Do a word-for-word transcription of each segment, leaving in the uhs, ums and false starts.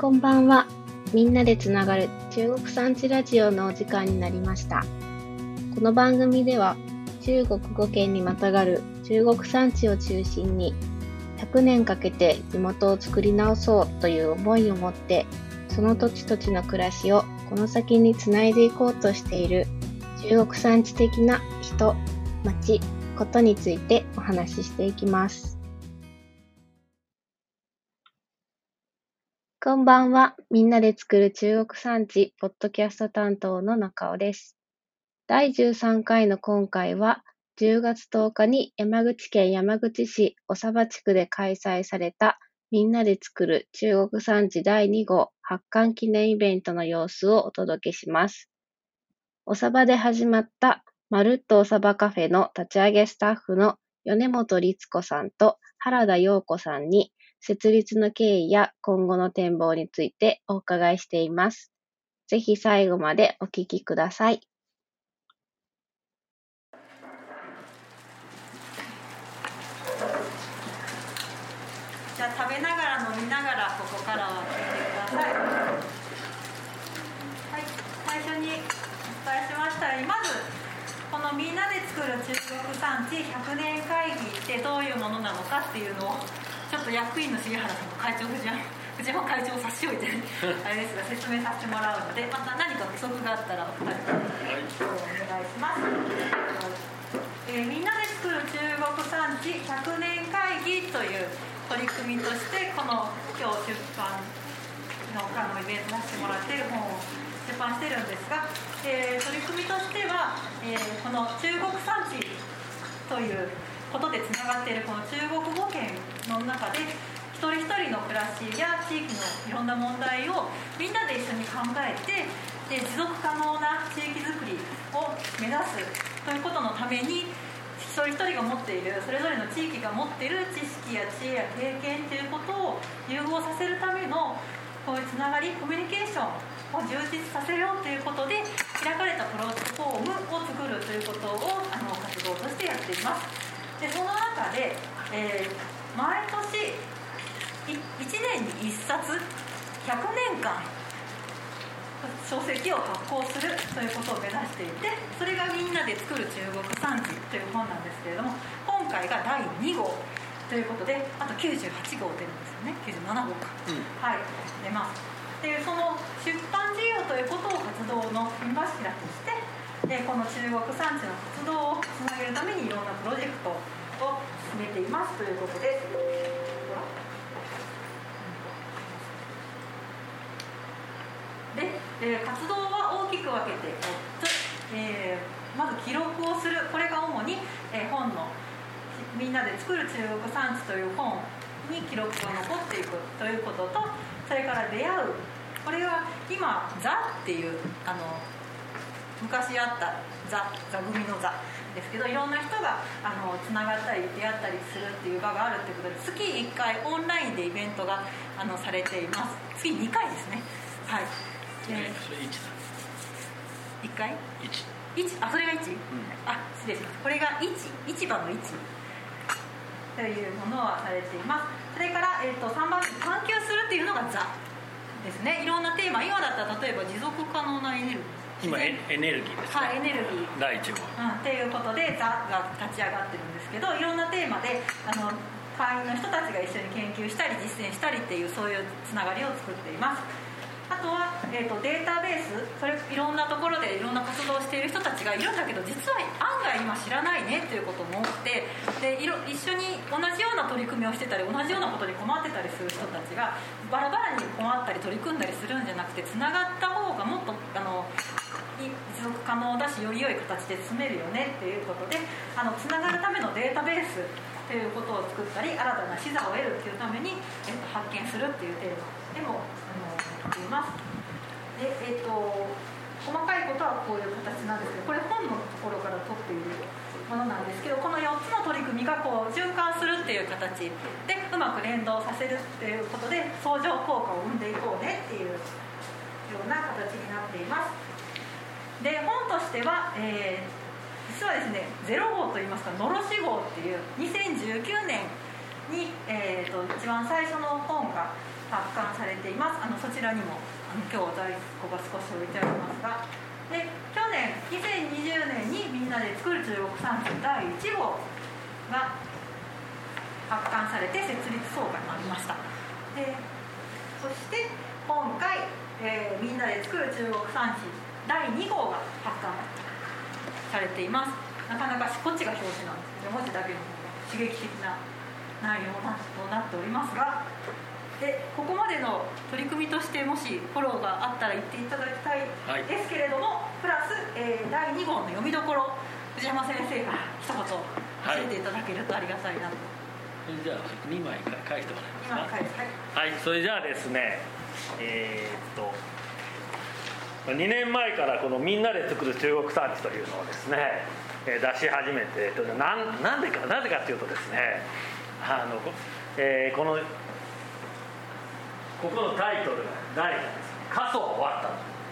こんばんは。みんなでつながる中国産地ラジオのお時間になりました。この番組では中国ご県にまたがる中国産地を中心にひゃくねんかけて地元を作り直そうという思いを持ってその土地土地の暮らしをこの先につないでいこうとしている中国産地的な人、町、ことについてお話ししていきます。こんばんは。みんなで作る中国産地ポッドキャスト担当の中尾です。だいじゅうさんかいの今回はじゅうがつとおかに山口県山口市長場地区で開催されたみんなで作る中国産地だいに号発刊記念イベントの様子をお届けします。長場で始まったまるっと長場カフェの立ち上げスタッフの米本律子さんと原田陽子さんに設立の経緯や今後の展望についてお伺いしています。ぜひ最後までお聞きください。 じゃあ食べながら飲みながらここからは聞いてください。はい、最初にお伝えしましたように、まずこのみんなで作る中国産地ひゃくねん会議ってどういうものなのかっていうのをちょっと役員の重原さんと会長藤山藤山会長を差し置いてあれですが説明させてもらうので、また何か不足があったらお二人お願いします。えー、みんなで作る中国産地ひゃくねん会議という取り組みとしてこの今日出版のあのイベントさせてもらっている本を出版しているんですが、えー、取り組みとしては、えー、この中国産地ということでつながっているこの中国語圏の中で一人一人の暮らしや地域のいろんな問題をみんなで一緒に考えて、で持続可能な地域づくりを目指すということのために一人一人が持っているそれぞれの地域が持っている知識や知恵や経験ということを融合させるためのこういうつながりコミュニケーションを充実させようということで開かれたプラットフォームを作るということをあの活動としてやっています。でその中で、えー、毎年いちねんにいっさつひゃくねんかん書籍を発行するということを目指していて、それがみんなで作る中国産地という本なんですけれども、今回がだいに号ということで、あときゅうじゅうはち号出るんですよね。きゅうじゅうなな号か、うん、はい出ます。でその出版事業ということを活動の火柱としてでこの中国産地の活動をつなげるためにいろんなプロジェクトを進めていますということです。で、えー、活動は大きく分けてみっつ、えー、まず記録をする、これが主に、えー、本のみんなで作る中国産地という本に記録が残っていくということと、それから出会う、これは今座っていうあの昔あった座座組の座ですけど、いろんな人があのつながったり出会ったりするっていう場があるということで、月いっかいオンラインでイベントがあのされています。月にかいですね。はい。でそれいちだいっかい いち, いちあそれが いち、うん、あ失礼します。これがいち市場のいちというものはされています。それから、えー、とさんばんめ探求するっていうのが座ですね。いろんなテーマ、今だったら例えば持続可能なエネルギー、 今エネルギーですね。 はい、エネルギーだいいち号、 うん、っていうことで座が立ち上がってるんですけど、いろんなテーマであの会員の人たちが一緒に研究したり実践したりっていうそういうつながりを作っています。あとは、えー、とデータベース、それいろんなところでいろんな活動をしている人たちがいるんだけど、実は案外今知らないねということも多くて、でいろ一緒に同じような取り組みをしてたり同じようなことに困ってたりする人たちがバラバラに困ったり取り組んだりするんじゃなくて、つながった方がもっとあの持続可能だしより良い形で進めるよねっていうことで、あのつながるためのデータベースということを作ったり、新たな視座を得るっていうために、えっと、発見するっていうテーマでもあの言っています。で、えっと、細かいことはこういう形なんですけど、これ本のところから取っているものなんですけど、このよっつの取り組みがこう循環するっていう形でうまく連動させるっていうことで相乗効果を生んでいこうねっていうような形になっています。で、本としては、えー、実はですねゼロ号といいますかのろし号っていうにせんじゅうきゅうねんに、えー、と一番最初の本が発刊されています。あのそちらにもあの今日在庫が少し置いてありますが、で去年にせんにじゅうねんにみんなで作る中国産地だいいち号が発刊されて設立総会もありました。でそして今回、えー、みんなで作る中国産地だいに号が発刊されています。なかなかこっちが表紙なんですけど、文字だけの方が刺激的な内容となっておりますが、でここまでの取り組みとしてもしフォローがあったら言っていただきたいですけれども、はい、プラス、えー、だいに号の読みどころ、藤山先生から一言教えていただけるとありがたいなと。 はい、じゃあにまい返してもらいますか。 にまい返す、 はい、はい、それじゃあですね、えー、っとにねんまえからこのみんなで作る中国産地というのをですね出し始めて、な ん, なんでかなぜかというとですね、あの、えー、このここのタイトルが題がですね、過疎終わった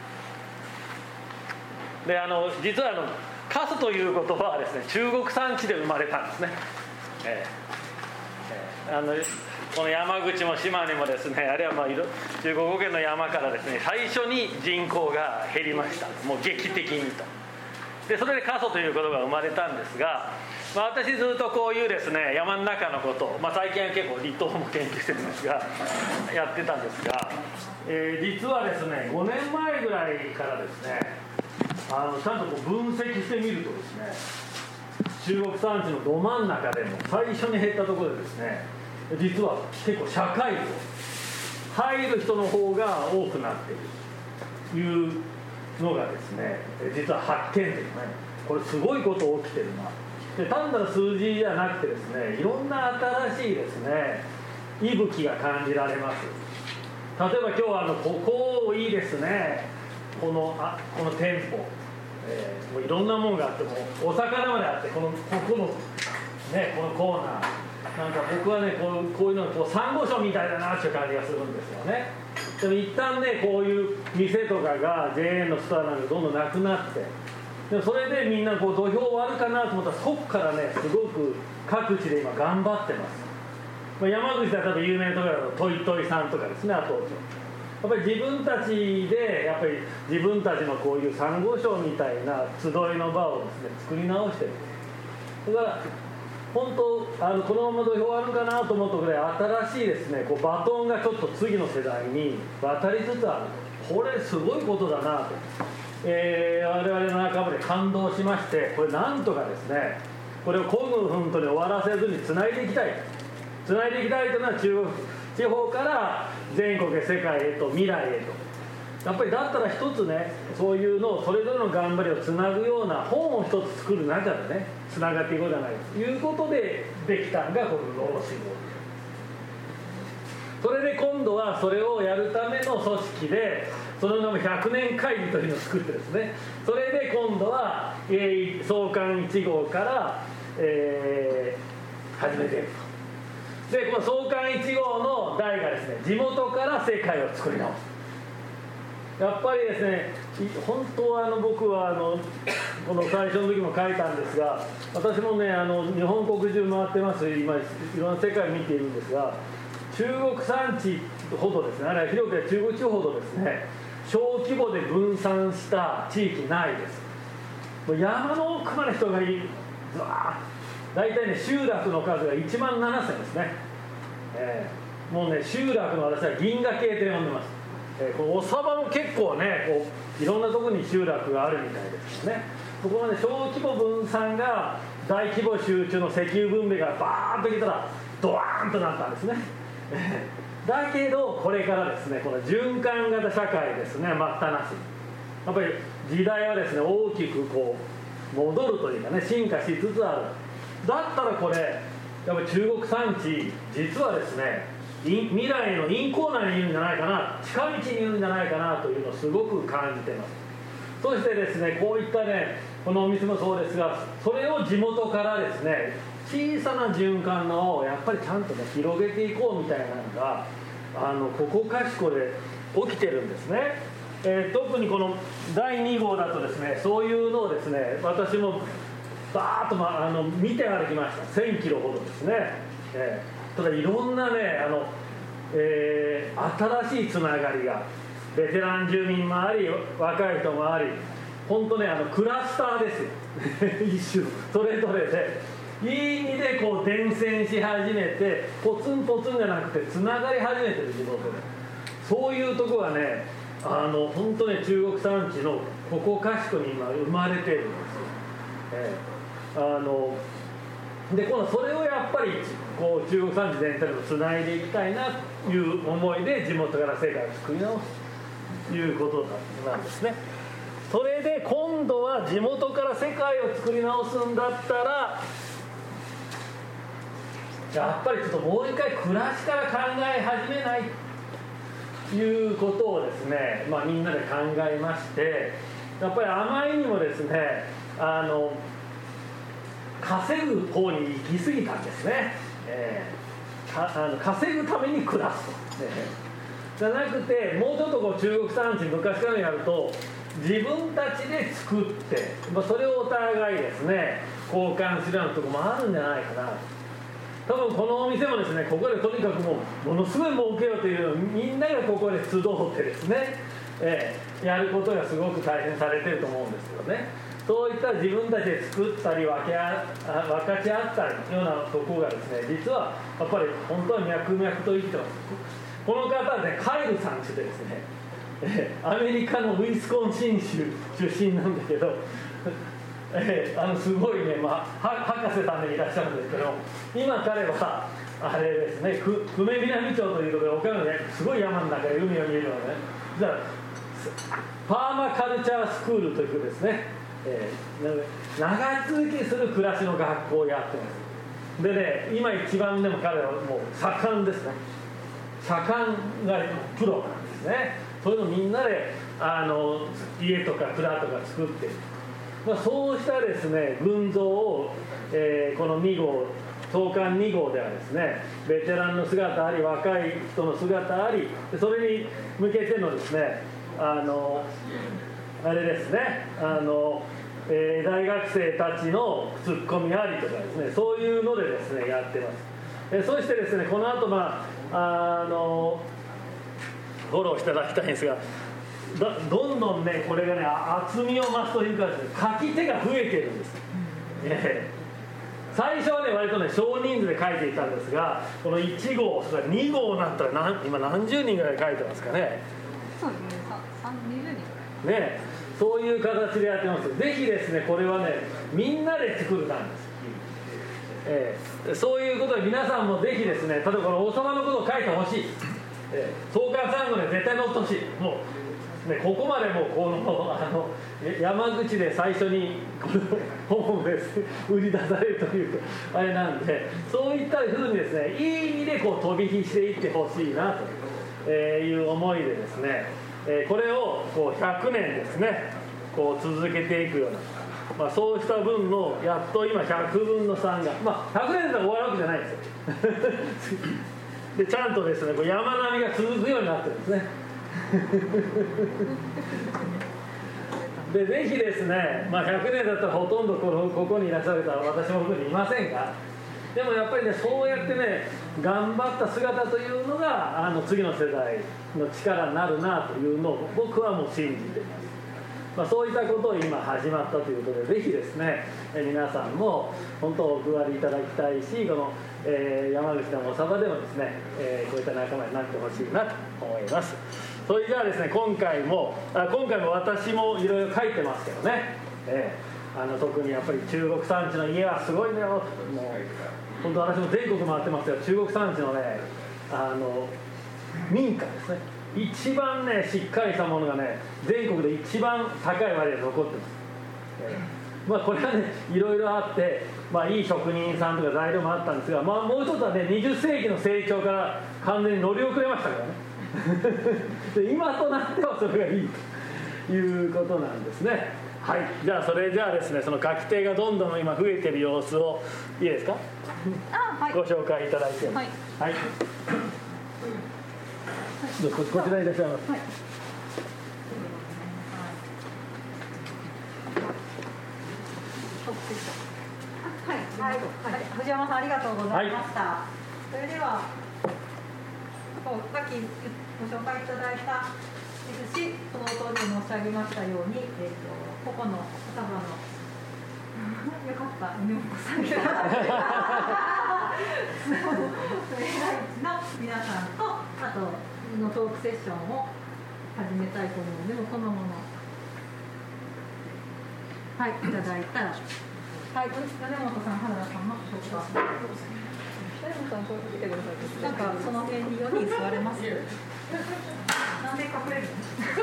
と。であの実はあの過疎という言葉はですね、中国産地で生まれたんですね。えーえー、あのこの山口も島根もですね、あるいはまあ中国語圏の山からですね、最初に人口が減りました。もう劇的にと。でそれで過疎ということが生まれたんですが、まあ、私ずっとこういうですね山の中のことを、まあ、最近は結構離島も研究してるんですがやってたんですが、えー、実はですねごねんまえぐらいからですね、あのちゃんとこう分析してみるとですね、中国産地のど真ん中でも最初に減ったところでですね、実は結構社会と入る人の方が多くなっているというのがですね、実は発見ですね。これすごいこと起きてるな。で単なる数字じゃなくてですね、いろんな新しいですね息吹が感じられます。例えば今日はあのここいいですね、このあこの店舗、えー、もういろんなものがあって、もうお魚まであって、このここのねこのコーナーなんか僕はねこうこういうのこうサンゴ礁みたいだなっていう感じがするんですよね。でも一旦ねこういう店とかが ジェーエー のストアなんかどんどんなくなって、でそれでみんなこう土俵終わるかなと思ったら、そこからねすごく各地で今頑張ってます。まあ、山口では多分有名なところだとトイトイさんとかですね、あとやっぱり自分たちでやっぱり自分たちのこういうサンゴ礁みたいな集いの場をですね作り直してる。だから本当あのこのまま土俵あるかなと思ったぐらい新しいですねこうバトンがちょっと次の世代に渡りつつある。これすごいことだなと、えー、我々の仲間で感動しまして、これなんとかですねこれを孤軍奮闘に終わらせずにつないでいきたいつないでいきたいというのは中国地方から全国へ世界へと未来へと、やっぱりだったら一つねそういうのをそれぞれの頑張りをつなぐような本を一つ作る中でねつながっていこうじゃないかということでできたのがこの労使合。それで今度はそれをやるための組織で、その名もひゃくねん会議というのを作ってですね、それで今度は、えー、創刊いち号から、えー、始めていると。でこの創刊いち号の題がですね、地元から世界を作り直す。やっぱりですね、本当はあの僕はあのこの最初の時も書いたんですが、私もねあの日本国中回ってます。今いろんな世界を見ているんですが、中国山地ほどですね、あるいは広く中国地方ほどですね小規模で分散した地域ないです。もう山の奥まで人がいる。大体ね集落の数がいちまんななせんですね、えー、もうね集落の私は銀河系と呼んでます。えー、このおさばも結構ねこういろんなところに集落があるみたいですよね。そこまで小規模分散が大規模集中の石油分娩がバーンと来たらドワーンとなったんですね。だけどこれからですねこの循環型社会ですね、待ったなしやっぱり時代はですね大きくこう戻るというかね進化しつつある。だったらこれやっぱり中国山地実はですね未来のインコーナーにいるんじゃないかな、近道にいるんじゃないかなというのをすごく感じてます。そしてですねこういったねこのお店もそうですが、それを地元からですね小さな循環のをやっぱりちゃんとね広げていこうみたいなのがあのここかしこで起きてるんですね。えー、特にこのだいに号だとですねそういうのをですね私もバーッと、ま、あの見て歩きました。せんキロほどですね。えー、ただいろんなねあのえー、新しいつながりがベテラン住民もあり若い人もあり、本当ねあのクラスターですよ一種それぞれでいい意味でこう伝染し始めて、ポツンポツンじゃなくてつながり始めてる地元で、そういうとこがねあの本当ね中国山地のここかしこに今生まれてるんですよ、えー、あので今度それをやっぱりこう中国山地全体でもつないでいきたいなという思いで地元から世界を作り直すということなんですね。それで今度は地元から世界を作り直すんだったら、やっぱりちょっともう一回暮らしから考え始めないということをですね、まあ、みんなで考えまして、やっぱりあまりにもですねあの稼ぐ方に行き過ぎたんですね、えー、かあの稼ぐために暮らすと、ね、じゃなくてもうちょっとこう中国山地昔からやると自分たちで作って、まあ、それをお互いですね交換するようなところもあるんじゃないかなと。多分このお店もですねここでとにかくもうものすごい儲けようというのをみんながここで集ってですね、えー、やることがすごく大変されてると思うんですよね。そういった自分たちで作ったり分けあ分かち合ったりというようなところがですね、実はやっぱり本当は脈々と生きてます。この方はねカイルさんというですね、えー、アメリカのウィスコンシン州出身なんだけどえー、あのすごいね、まあ、博士さんでいらっしゃるんですけど、今彼はあれですね久米南町というところで岡山のねすごい山の中で海が見えるのね、じゃあパーマカルチャースクールというですね、えー、長続きする暮らしの学校をやってます。でね今一番でも彼はもう左官ですね、左官がプロなんですね。そういうのみんなであの家とか蔵とか作っている。まあ、そうしたですね群像を、えー、このに号創刊に号ではですねベテランの姿あり若い人の姿あり、それに向けてのですねあのあれですねあの、えー、大学生たちのツッコミありとかですね、そういうのでですねやってます。えー、そしてですねこの後、まあ、あのフォローしていただきたいんですが、だどんどんねこれがね厚みを増すというかですね書き手が増えてるんです、えー、最初はね割とね少人数で書いていたんですが、このいち号それからに号になったら何今何十人ぐらい書いてますかね。 そうですねにじゅうにんぐらいね、そういう形でやってます。ぜひですねこれはねみんなで作るなんです、えー、そういうことで皆さんもぜひですね、例えばこの王様のことを書いてほしい、えー、創刊三号で絶対載ってほしい。もうね、ここまでもこのあの山口で最初にこの本をですね売り出されるというあれなんで、そういったふうにですねいい意味でこう飛び火していってほしいなという思いでですね、これをこうひゃくねんですねこう続けていくような、まあ、そうした分のやっと今ひゃくぶんのさんが、まあ、ひゃくねんで終わるわけじゃないですよでちゃんとですねこう山並みが続くようになってるんですねでぜひですね、まあ、ひゃくねんだったらほとんどこのここにいらっしゃる方は私も僕にいませんが、でもやっぱりねそうやってね頑張った姿というのがあの次の世代の力になるなというのを僕はもう信じています。まあ、そういったことを今始まったということで、ぜひですねえ皆さんも本当お配りいただきたいし、この、えー、山口のおさばでもですね、えー、こういった仲間になってほしいなと思います。それじゃあですね今回もあ今回も私もいろいろ書いてますけどね、えー、あの特にやっぱり中国山地の家はすごいねよ、もう本当私も全国回ってますよ。中国山地のねあの民家ですね、一番ねしっかりしたものがね全国で一番高い割合で残ってます、えー、まあこれはねいろいろあって、まあ、いい職人さんとか材料もあったんですが、まあ、もう一つはねにじゅっせいきの成長から完全に乗り遅れましたからねで今となってはそれがいいということなんですね。はい、じゃあそれじゃあですねその書き手がどんどん今増えてる様子をいいですか、 あ、はい、 ご紹介いただいて、 はい、 はい、どうぞこちらにいらっしゃいます。はい、 はい、はい、藤山さんありがとうございました。はい、それではさっきご紹介いただいたですし、その音に申し上げましたように、えー、と個々の双葉のよかった、根本さんがの皆さんと、あとのトークセッションを始めたいと思うので、もうこのものはい、いただいたら、はい、米本さん、原田さんの紹介。米本さん、こう来てください。なんかその辺によにん座れます。なんで隠れるの？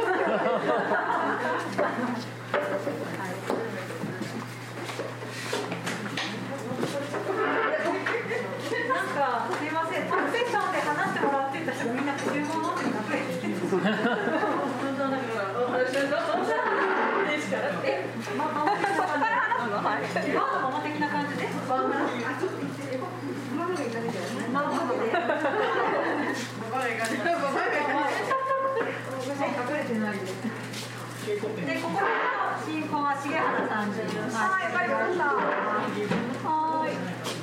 なんかすみません、セッションで話してもらっていた人がみんな集合のって隠れてきてる。本当だからお話ししましょう。え、まあ、ママ的な感じで。はい。ママ的な感じで。ママがいかないけどね。ママで。ママがいかない。ママがいかない。隠れてないです。で、ここの進行は重原さんです。はい、わかりました。はい。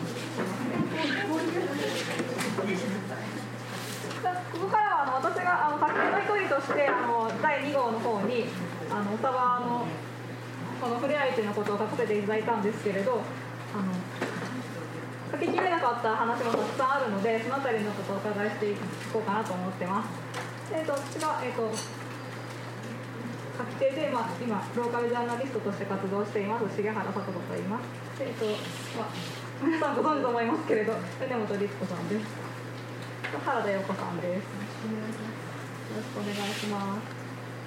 ここからはあの私があの作品の一人としてあのだいに号の方にあのおさばのこのふれあい市のことを書かせていただいたんですけれど、あの書ききれなかった話もたくさんあるので、そのあたりのことをお伺いしていこうかなと思ってます。えー、と私が、えー、と書き手で、まあ、今ローカルジャーナリストとして活動しています重原聡子と言います。えーとまあ、皆さんご存知と思いますけれど、米本律子さんです。原田陽子さんです。よろしくお願いします。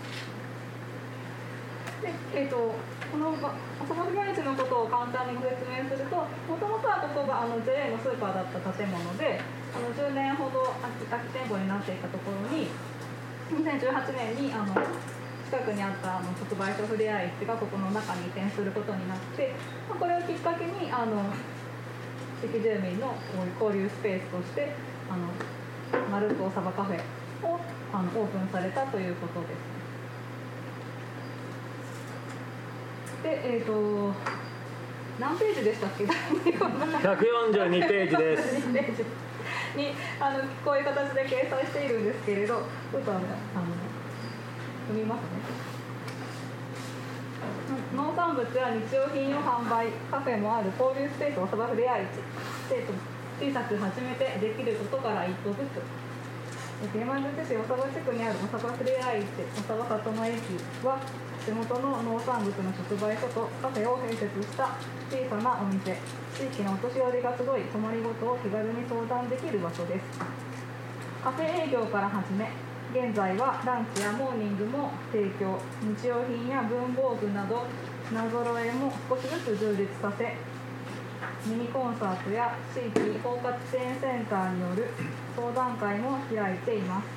で、えー、とこのおそばふれあい市のことを簡単にご説明すると、もともとはここがあの ジェーエー のスーパーだった建物で、あのじゅうねんほど空き店舗になっていたところに、にせんじゅうはちねんにあの近くにあったあの直売所ふれあい市がここの中に移転することになって、まあ、これをきっかけにあの地域住民の交流スペースとしてあのマルクおさばカフェをあのオープンされたということです。で、えーと、何ページでしたっけ？ひゃくよんじゅうにページです。 にあのこういう形で掲載しているんですけれど、ちょっとあのあの読みますね。農産物や日用品を販売、カフェもある交流スペースおさばふれあい市。小さく始めてできることから一歩ずつ。山口市おさば地区にあるおさばふれあい市おさば里の駅は、地元の農産物の直売所とカフェを併設した小さなお店、地域のお年寄りが集い困りごとを気軽に相談できる場所です。カフェ営業から始め、現在はランチやモーニングも提供、日用品や文房具など品揃えも少しずつ充実させ、ミニコンサートや地域包括支援センターによる相談会も開いています。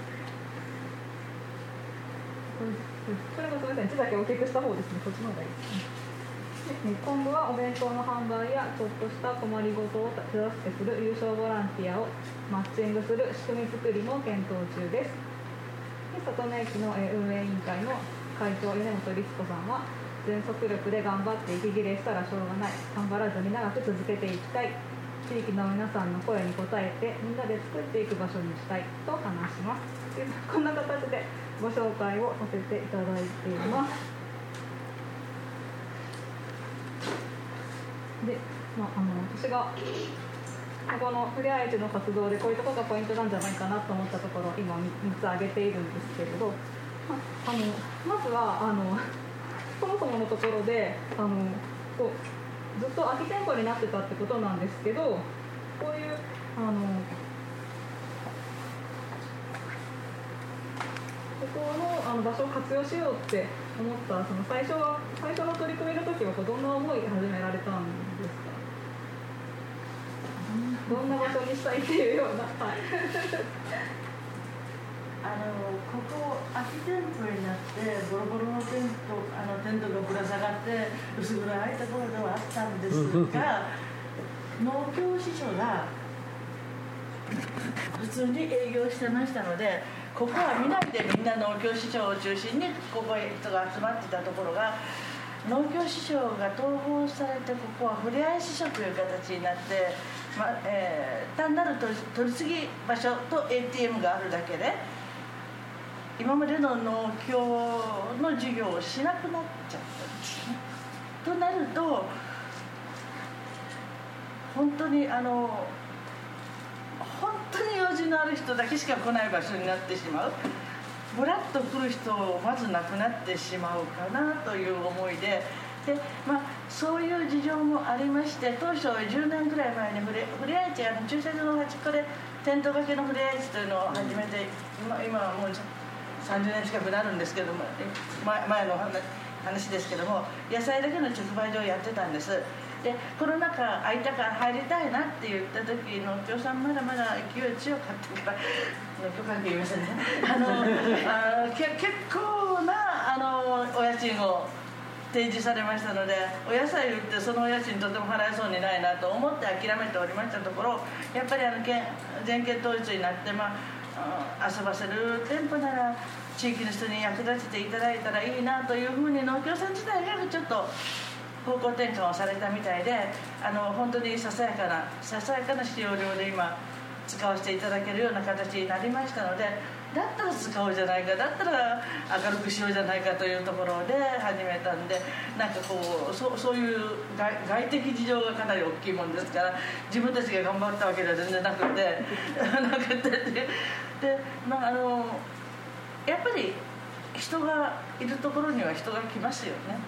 これがすみません、字だけ大きくした方ですね。こっちの方がいいですね。今後はお弁当の販売やちょっとした困りごとを手助けする有償ボランティアをマッチングする仕組み作りも検討中です。里の駅の運営委員会の会長米本律子さんは、全速力で頑張って息切れしたらしょうがない、頑張らずに長く続けていきたい、地域の皆さんの声に応えてみんなで作っていく場所にしたいと話します。こんな形でご紹介をさせていただいています。で、まあ、あの私がこのふれあい市の活動でこういうところがポイントなんじゃないかなと思ったところを今みっつ挙げているんですけれど、まあ、あのまずはあのそもそものところであのこうずっと空き店舗になってたってことなんですけど、こういうあのここの、あの場所を活用しようって思ったその最初は最初の取り組みの時はどんな思いで始められたんですか？どんな場所にしたいっていうような、はい、 あのここ空き店舗になってボロボロのテント、あのテントがぶら下がって薄暗いところではあったんですが農協支所が普通に営業してましたので、ここは南でみんな農協支所を中心にここへ人が集まっていたところが、農協支所が統合されてここはふれあい支所という形になって、 まえー、単なる取り、取り次ぎ場所と エーティーエム があるだけで今までの農協の授業をしなくなっちゃったんですね。となると本当にあの本当に用事のある人だけしか来ない場所になってしまう、ぶらっと来る人をまずなくなってしまうかなという思いで、で、まあ、そういう事情もありまして、当初じゅうねんくらい前にふれふれあい地、あの駐車場の端っこでテント掛けのふれあい地というのを始めて、今, 今はもうさんじゅうねん近くなるんですけども、前, 前の話ですけども、野菜だけの直売所をやってたんです。でコロナ禍空いたから入りたいなって言った時、農協さんまだまだ勢い強かったから農協関係言いませんねあのあけ結構なあのお家賃を提示されましたので、お野菜売ってそのお家賃とても払えそうにないなと思って諦めておりましたところ、やっぱりあの全県統一になって、まあ、遊ばせる店舗なら地域の人に役立てていただいたらいいなというふうに農協さん自体がちょっと方向転換をされたみたいで、あの本当にささやかなささやかな使用料で今使わせていただけるような形になりましたので、だったら使おうじゃないか、だったら明るくしようじゃないかというところで始めたんで、なんかこう そ, そういう 外, 外的事情がかなり大きいもんですから、自分たちが頑張ったわけでは全然なくてなくてで、まあ、あのやっぱり人がいるところには人が来ますよね。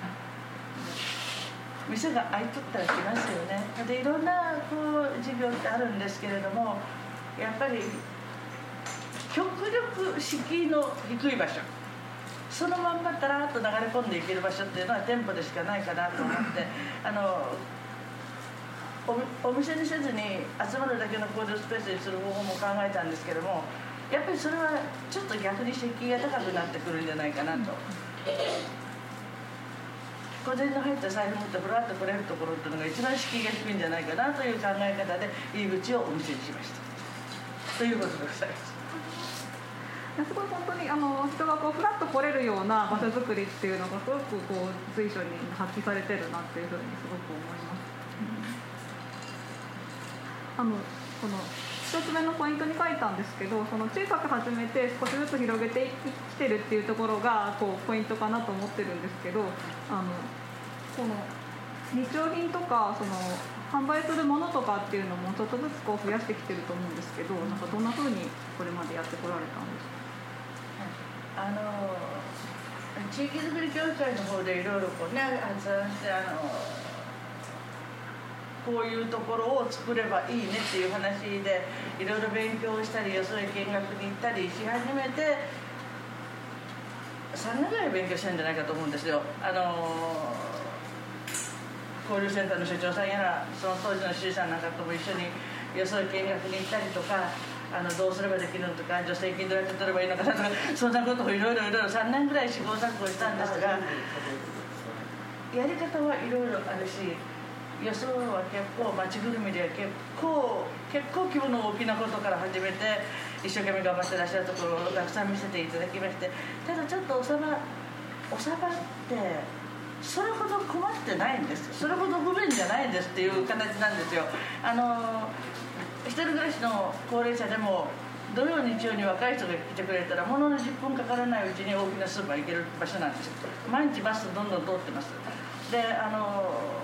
店が開いとったら来ますよね。でいろんなこう事業ってあるんですけれども、やっぱり極力敷居の低い場所、そのまんまたらっと流れ込んでいける場所っていうのは店舗でしかないかなと思ってあの お, お店にせずに集まるだけの行動スペースにする方法も考えたんですけども、やっぱりそれはちょっと逆に敷居が高くなってくるんじゃないかなと。小銭の入った財布持ってふらっと来れるところっていうのが一番敷居が低いんじゃないかなという考え方で入り口をお店にしましたということでございます。 すごい本当にあの人がこうフラッと来れるような場所づくりっていうのがすごくこう随所に発揮されてるなっていうふうにすごく思います。あのこの一つ目のポイントに書いたんですけど、その小さく始めて少しずつ広げてきてるっていうところがこうポイントかなと思ってるんですけど、あのこの日用品とかその販売するものとかっていうのもちょっとずつこう増やしてきてると思うんですけど、なんかどんな風にこれまでやってこられたんですか？ あの地域づくり協会の方でいろいろこうね発案して、あのこういうところを作ればいいねっていう話でいろいろ勉強したり、よそへ見学に行ったりし始めてさんねんぐらい勉強してるんじゃないかと思うんですよ。あの交流センターの所長さんやらその当時の主さんなんかとも一緒によそへ見学に行ったりとか、あのどうすればできるのとか、助成金どうやって取ればいいのかなとか、そんなことをいろいろいろいろさんねんぐらい試行錯誤したんですが、やり方はいろいろあるし、よそは結構町ぐるみでは結構結構規模の大きなことから始めて一生懸命頑張ってらっしゃるところをたくさん見せていただきまして、ただちょっとおさばおさばってそれほど困ってないんです、それほど不便じゃないんですっていう形なんですよ。あの一人暮らしの高齢者でも土曜日曜に若い人が来てくれたらもののじゅっぷんかからないうちに大きなスーパー行ける場所なんです。毎日バスどんどん通ってます。であの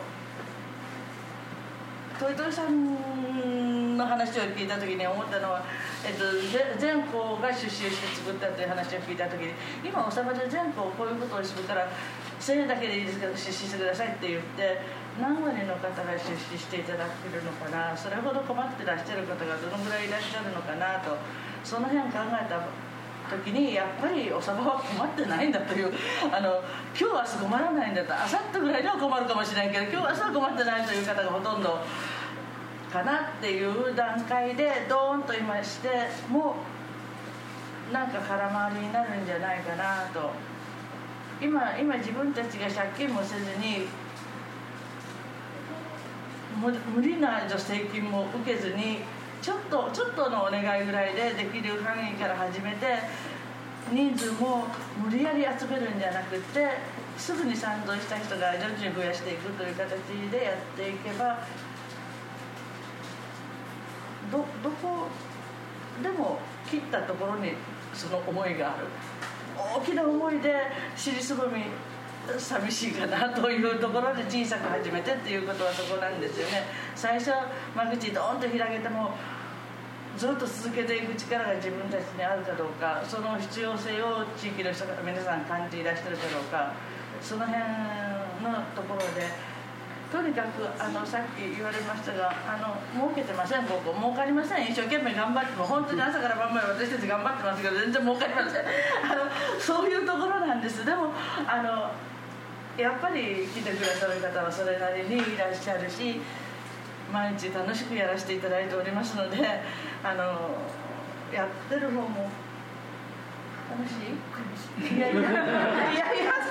トイトイさんの話を聞いた時に思ったのは、えっと、全校が出資して作ったという話を聞いた時に、今おさばで全校こういうことをするからせんえんだけでいいですけど出資してくださいって言って何割の方が出資していただけるのかな、それほど困ってらっしゃる方がどのぐらいいらっしゃるのかなと、その辺考えた時にやっぱりおさばは困ってないんだという、あの今日明日困らないんだと、あさってぐらいには困るかもしれないけど今日明日は困ってないという方がほとんどかなっていう段階でドーンと今してもうなんか空回りになるんじゃないかなと。今今自分たちが借金もせずに無理な助成金も受けずにちょっとちょっとのお願いぐらいでできる範囲から始めて、人数も無理やり集めるんじゃなくてすぐに賛同した人が徐々に増やしていくという形でやっていけばどどこでも切ったところにその思いがある。大きな思いで尻すぼみ寂しいかなというところで小さく始めてっていうことはそこなんですよね。最初間口ドーンと開けてもずっと続けていく力が自分たちにあるかどうか、その必要性を地域の人が皆さん感じいらしてるかどうか、その辺のところでとにかくあのさっき言われましたが、あの儲けてません、ここ儲かりません。一生懸命頑張っても本当に朝から晩まで私たち頑張ってますけど全然儲かりません。あのそういうところなんです。でもあのやっぱり来てくださる方はそれなりにいらっしゃるし、毎日楽しくやらせていただいておりますので、あのやってる方も楽しい？いやいやいやいや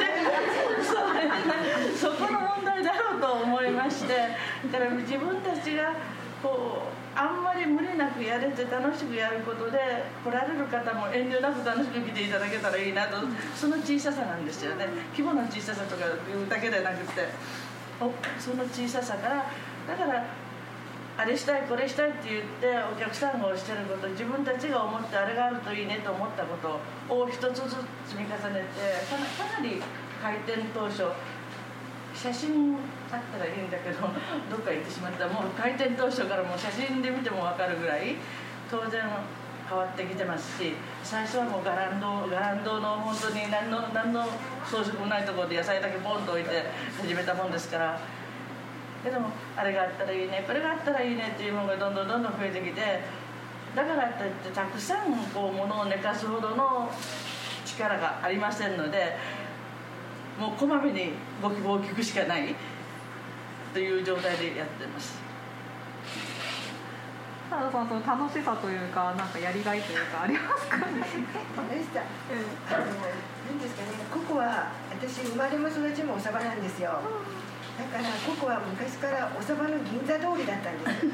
そそこの問題だろうと思いまして、だから自分たちがこうあんまり無理なくやれて楽しくやることで来られる方も遠慮なく楽しく来ていただけたらいいなと、その小ささなんですよね。規模の小ささとかいうだけでなくて、おその小ささから、だからあれしたいこれしたいって言ってお客さんがおっしゃること、自分たちが思ってあれがあるといいねと思ったことを一つずつ積み重ねて、かな、かなり開店当初写真あったらいいんだけどどっか行ってしまった。もう開店当初からもう写真で見ても分かるぐらい当然変わってきてますし、最初はもうガランドガランドの本当に何の何の装飾もないところで野菜だけポンと置いて始めたもんですから。けどもあれがあったらいいねこれがあったらいいねっていうものがどんどんどんどん増えてきて、だからといってたくさんこう物を寝かすほどの力がありませんので、もうこまめにご希望を聞くしかないという状態でやってます。 原田さん、その楽しさというか、なんかやりがいというかありますかね？ 楽しさ、あの何ですかね、ここは私生まれも育ちもおさばなんですよ。だからここは昔からおそばの銀座通りだったんです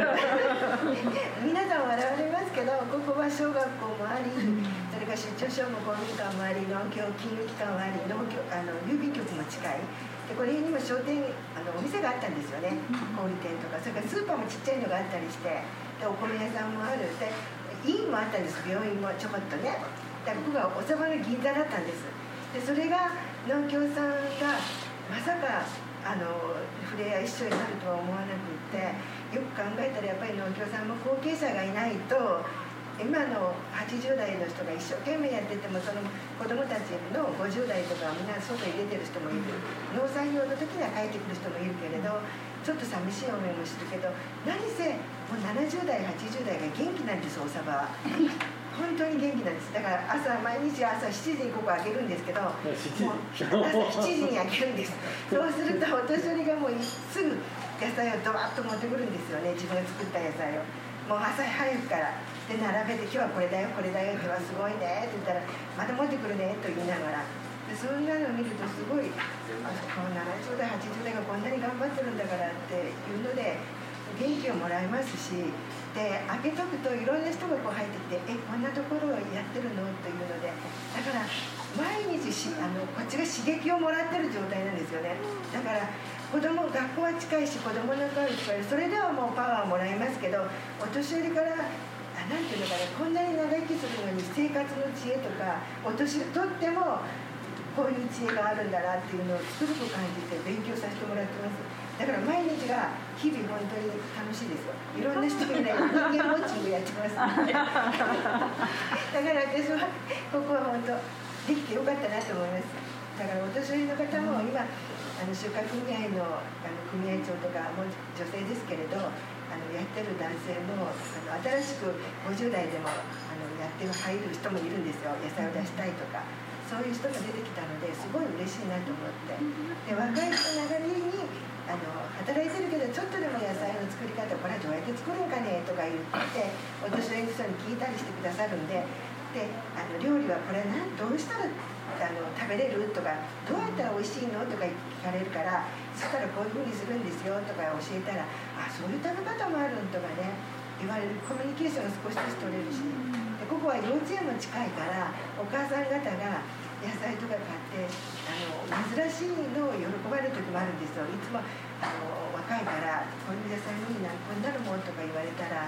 皆さん笑われますけど、ここは小学校もあり、それから出張商務公民館もあり、農協金融機関もあり、農協あの郵便局も近いで、これにも商店あのお店があったんですよね。小売店とか、それからスーパーもちっちゃいのがあったりして、でお米屋さんもあるで、医院もあったんです。病院もちょこっとね。だからここがおそばの銀座だったんです。でそれが農協さんがまさかあの触れ合い一緒になるとは思わなくって、よく考えたらやっぱり農協さんも後継者がいないと、今のはちじゅう代の人が一生懸命やってても、その子供たちのごじゅう代とかはみんな外に出てる人もいる、農作業の時には帰ってくる人もいるけれど、ちょっと寂しい思いもするけど、何せもうななじゅう代はちじゅう代が元気なんです。おさばは本当に元気なんです。だから朝毎日朝しちじにここ開けるんですけど、もう朝しちじに開けるんです。そうするとお年寄りがもうすぐ野菜をドバッと持ってくるんですよね。自分が作った野菜をもう朝早くからで並べて、今日はこれだよこれだよ、今日はすごいねって言ったらまた持ってくるねと言いながら、でそんなのを見るとすごい、あこうななじゅう代はちじゅう代がこんなに頑張ってるんだからっていうので元気をもらえますし、で開けとくといろんな人がこう入ってきて、えこんなところをやってるのというので、だから毎日しあのこっちが刺激をもらってる状態なんですよね。だから子供学校は近いし子供の顔近い、それではもうパワーもらえますけど、お年寄りからあなんていうのかな、こんなに長生きするのに生活の知恵とか、お年とってもこういう知恵があるんだなっていうのをつくづく感じて勉強させてもらってます。だから毎日が日々本当に楽しいですよ。いろんな人がいない人間ウォッチングやってますのでだから私はここは本当できてよかったなと思います。だからお年寄りの方も今あの集荷組合のあの組合長とかも女性ですけれど、あのやってる男性もあの新しくごじゅう代でもあのやってる入る人もいるんですよ。野菜を出したいとかそういう人が出てきたので、すごい嬉しいなと思って、で若い人ながらにあの働いてるけどちょっとでも野菜の作り方これはどうやって作るんかねとか言ってお年寄りの人に聞いたりしてくださるんで、であの料理はこれなんどうしたらあの食べれるとか、どうやったら美味しいのとか聞かれるから、そしたらこういうふうにするんですよとか教えたら、あそういう食べ方もあるんとかね言われる、コミュニケーションが少しずつ取れるし、でここは幼稚園も近いからお母さん方が野菜とか買ってあの珍しいのを喜ばれる時もあるんですよ。いつもあの若いからこういう野菜にいいなこんなのもとか言われたらす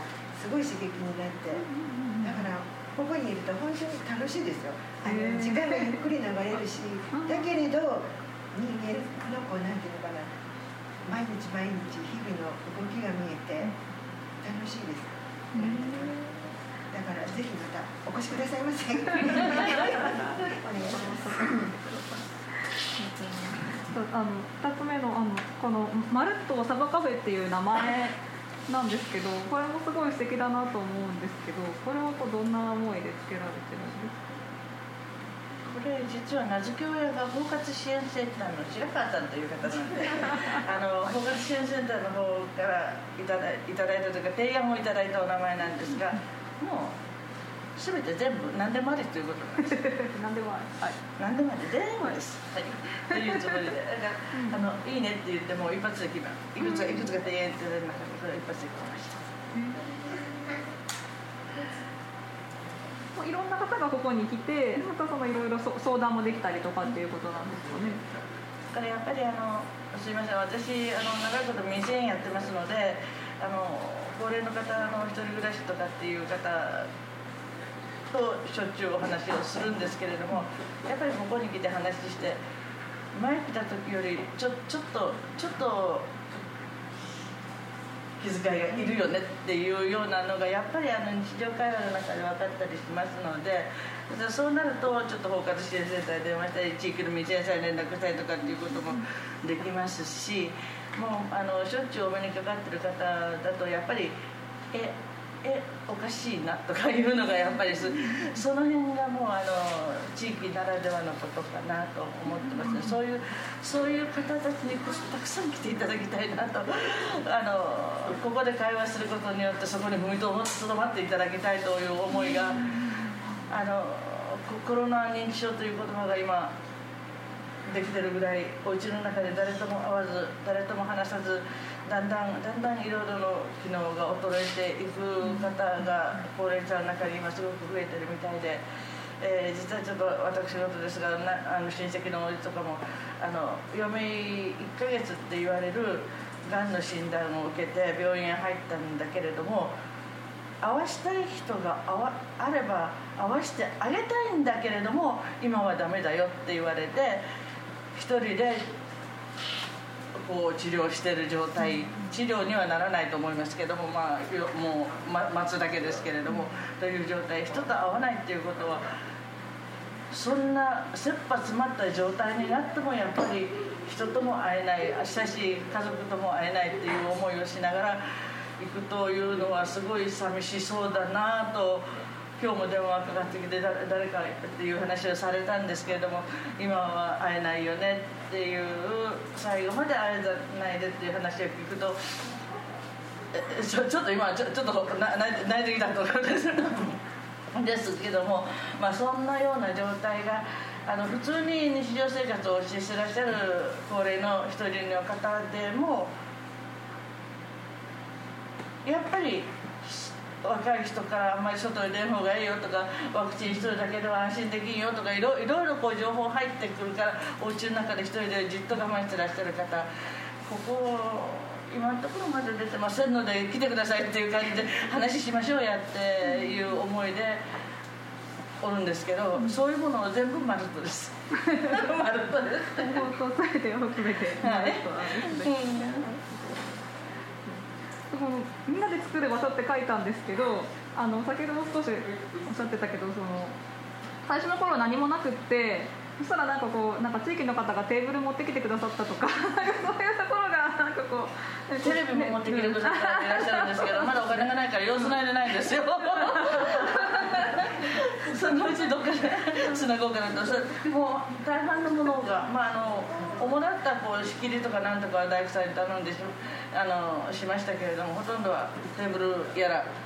すごい刺激になって、だからここにいると本当に楽しいですよ。あの時間がゆっくり流れるし、だけれど人間のこうなんていうのかな、毎日毎日日々の動きが見えて楽しいです。だからぜひまたお越しくださいませ。お願いします。 あのふたつめの、あのこのまるっとサバカフェっていう名前なんですけど、これもすごい素敵だなと思うんですけど、これはこうどんな思いで付けられてるんですか？ これ実は名付け親が包括支援センターの白川さんという方なんであの包括支援センターの方からいただいたというか提案をいただいたお名前なんですが、もう全て全部何でもありということなんです何でもあり、はい、 何でもあり全部です、はい、というつもりで、だからあのいいねって言っても一発で決まる、いくつかいくつか提案いただいた中でそれは一発で決まりました。 いろんな方がここに来て、またそのいろいろ相談もできたりとかっていうことなんですよね。 だからやっぱりあのすいません、私あの長いこと民生園やってますので、あの高齢の方の一人暮らしとかっていう方としょっちゅうお話をするんですけれども、やっぱりここに来て話して前来た時よりちょちょっとちょっと気遣いがいるよねっていうようなのがやっぱりあの日常会話の中で分かったりしますので、そうなるとちょっと包括支援センターに電話したり地域の民生園さんに連絡したりとかっていうこともできますし、もうあのしょっちゅうお目にかかってる方だとやっぱりええおかしいなとかいうのがやっぱりその辺がもうあの地域ならではのことかなと思ってますね。そういうそういう方たちにこそたくさん来ていただきたいなと、あのここで会話することによってそこに踏みとどまっていただきたいという思いが、あのコロナ認知症という言葉が今できてるぐらいお家の中で誰とも会わず誰とも話さず、だんだんだんだんいろいろの機能が衰えていく方が高齢者の中に今すごく増えてるみたいで、えー、実はちょっと私事ですがなあの親戚のおじとかもあの余命いっかげつって言われるがんの診断を受けて病院へ入ったんだけれども、会わしたい人があわあれば会わしてあげたいんだけれども今はダメだよって言われて一人でこう治療している状態、治療にはならないと思いますけども、まあ、もう、ま、待つだけですけれどもという状態、人と会わないっていうことはそんな切羽詰まった状態になってもやっぱり人とも会えない、親しい家族とも会えないっていう思いをしながら行くというのはすごい寂しそうだなと。今日も電話がかかってきて誰かっていう話をされたんですけれども、今は会えないよねっていう、最後まで会えないでっていう話を聞くとちょ, ちょっと今ちょ, ちょっと泣いてきたところですですけども、まあ、そんなような状態があの普通に日常生活をしてらっしゃる高齢の一人の方でもやっぱり若い人からあんまり外に出ん方がいいよとかワクチン一人だけでは安心できんよとかいろいろいろこう情報入ってくるからお家の中で一人でじっと我慢してらっしゃる方、ここ今のところまで出てませんので来てくださいっていう感じで話しましょうやっていう思いでおるんですけど、そういうものを全部マルトですマルトです放送されてよ全てマルトなんですね。このみんなで作る場所って書いたんですけど、あの先ほども少しおっしゃってたけど、その最初の頃何もなくって、そしたらなんかこうなんか地域の方がテーブル持ってきてくださったとかそういうところがなんかこうテレビも持ってきてくださっていらっしゃるんですけどまだお金がないから様子ないでないんですよそのうちどっかでつなごうかなと。もう大半のものが、まあ、あの主だったこう仕切りとかなんとかは大工さんに頼んで し, あのしましたけれども、ほとんどはテーブルやら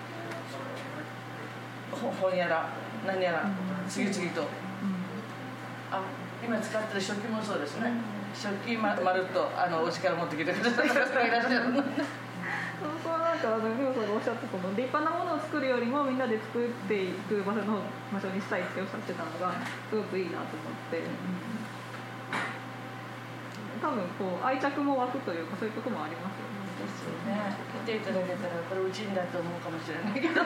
本やら何やら次々と、あ今使ってる食器もそうですね、食器 ま, まるっとあのお家から持ってきてくださる方がいらっしゃるそこはなんかあの美穂さんがおっしゃってその立派なものを作るよりもみんなで作っていく場所の場所にしたいっておっしゃってたのがすごくいいなと思って、うん、多分こう愛着も湧くというかそういうところもありますよね。 ですよね。来ていただけたらこれうちんだと思うかもしれないけど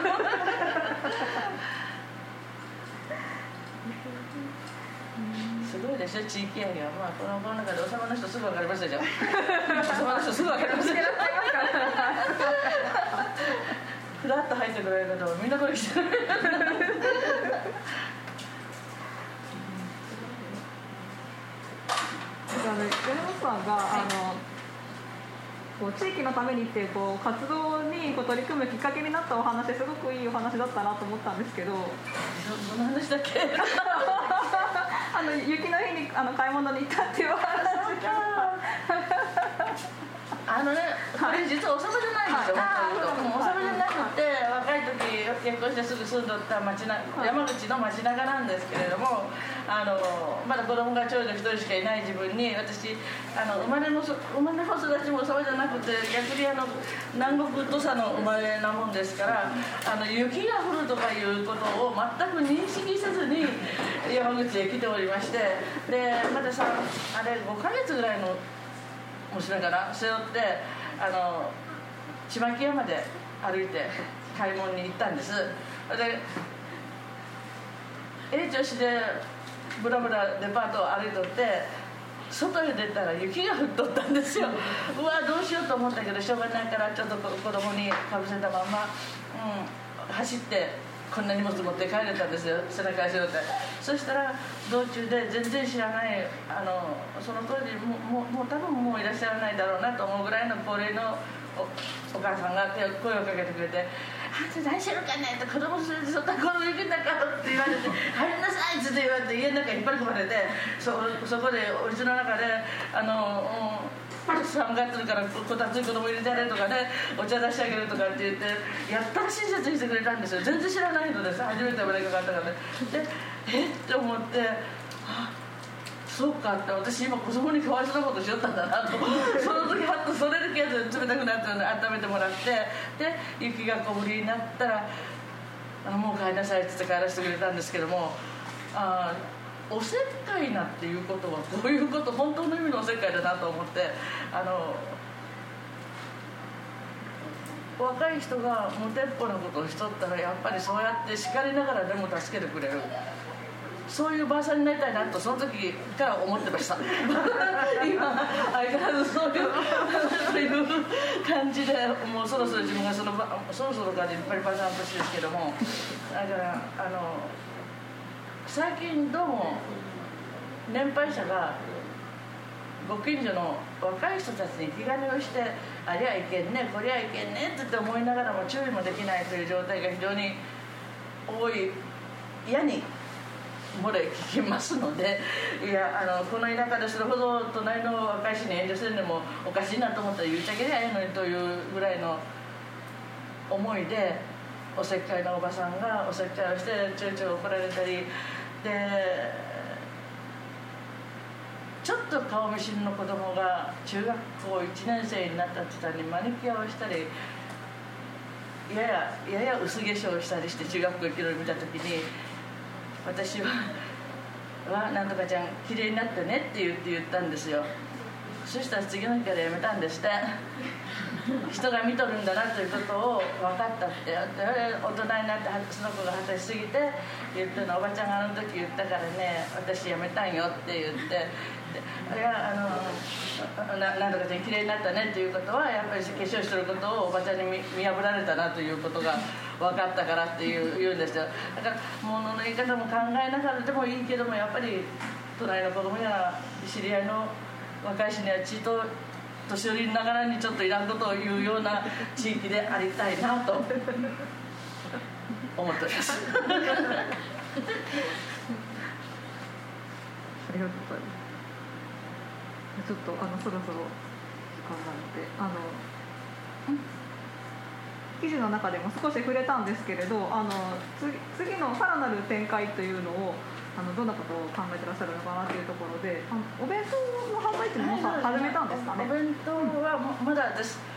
すごいでしょ、地域愛が。まあこのこの中でおさまの人すぐ分かりましたじゃんおさまの人すぐ分かりましたふらっと入ってくれる方はみんなこれ来てる米本さんが、はい、あのこう地域のためにっていうこう活動にこう取り組むきっかけになったお話、すごくいいお話だったなと思ったんですけど、 その話だっけあの雪の日にあの買い物に行ったっていうお話があのね、これ実はおさまじゃないんですよ、はい、おさまじゃなくて、若い時結婚してすぐ住んどった町な、はい、山口の町中なんですけれども、あのまだ子供が長女一人しかいない自分に、私あの生まれの生まれの育ちもおさまじゃなくて、逆にあの南国土佐の生まれなもんですから、あの雪が降るとかいうことを全く認識せずに山口へ来ておりまして、でまたさあれごかげつぐらいの娘から背負ってあのちまき屋まで歩いて買い物に行ったんです。で永調市でブラブラデパートを歩いとって外へ出たら雪が降っとったんですようわどうしようと思ったけどしょうがないからちょっと子供にかぶせたまま、うん、走ってこんな荷物持って帰れたんですよ、背中に背負って。そしたら道中で全然知らないあのその当時もももう多分もういらっしゃらないだろうなと思うぐらいの高齢の お, お母さんが声をかけてくれて「あんた何してるかね?」って子供連れてそんな子供行くんだからって言われて「入りなさい」って言われて家の中に引っ張り込まれて そ, そこでお家の中であの、うん寒がってるからこたつに子供入れてやれとかね、お茶出してあげるとかって言ってやったら親切にしてくれたんですよ。全然知らない人です、初めてお目にかかったからね。でえって思ってあそうかって、私今子供にかわいそうなことしよったんだなとその時はっとそれだけやつ冷たくなったので温めてもらって、で雪が小降りになったらあもう帰りなさいって言って帰らせてくれたんですけども、あおせっかいなっていうことはこういうこと、本当の意味のおせっかいだなと思って、あの若い人が無鉄砲なことをしとったらやっぱりそうやって叱りながらでも助けてくれる、そういうばあさんになりたいなとその時から思ってました今相変わらずそういうそういう感じで、もうそろそろ自分がそのそろそろかでいっぱいばあさんの年ですけども、だからあの最近どうも年配者がご近所の若い人たちに気兼ねをしてありゃいけんねこりゃいけんねって思いながらも注意もできないという状態が非常に多い、嫌に漏れ聞きますので、いやあのこの田舎でそれほど隣の若い人に遠慮するのもおかしいなと思ったら言っちゃけりゃええのにというぐらいの思いで、おせっかいなおばさんがおせっかいをしてちょいちょい怒られたりで、ちょっと顔見知りの子供が中学校いちねん生になった途端にマニキュアをしたりやややや薄化粧をしたりして中学校行けるのを見た時に、私は「わなんとかちゃん綺麗になってね」って言って言ったんですよ。そしたら次の日からやめたんですって人が見とるんだなということを分かったって、大人になってその子が二十歳過ぎて言ったの、おばちゃんがあの時言ったからね私やめたんよって言って、いやあの な, なんとかちゃん綺麗になったねっていうことはやっぱり化粧してることをおばちゃんに 見, 見破られたなということが分かったからっていう言うんですよ。だから物の言い方も考えながらでもいいけども、やっぱり隣の子供や知り合いの若い人にはちと年寄りながらにちょっといらんことを言うような地域でありたいなと思っております。 ありがとうございます。ちょっとあのそろそろ時間なので、あの記事の中でも少し触れたんですけれど、あの 次, 次のさらなる展開というのをあのどんなことを考えてらっしゃるのかなというところで、あのお弁当の販売っていうのも始めたんですかね。 お弁当はまだです。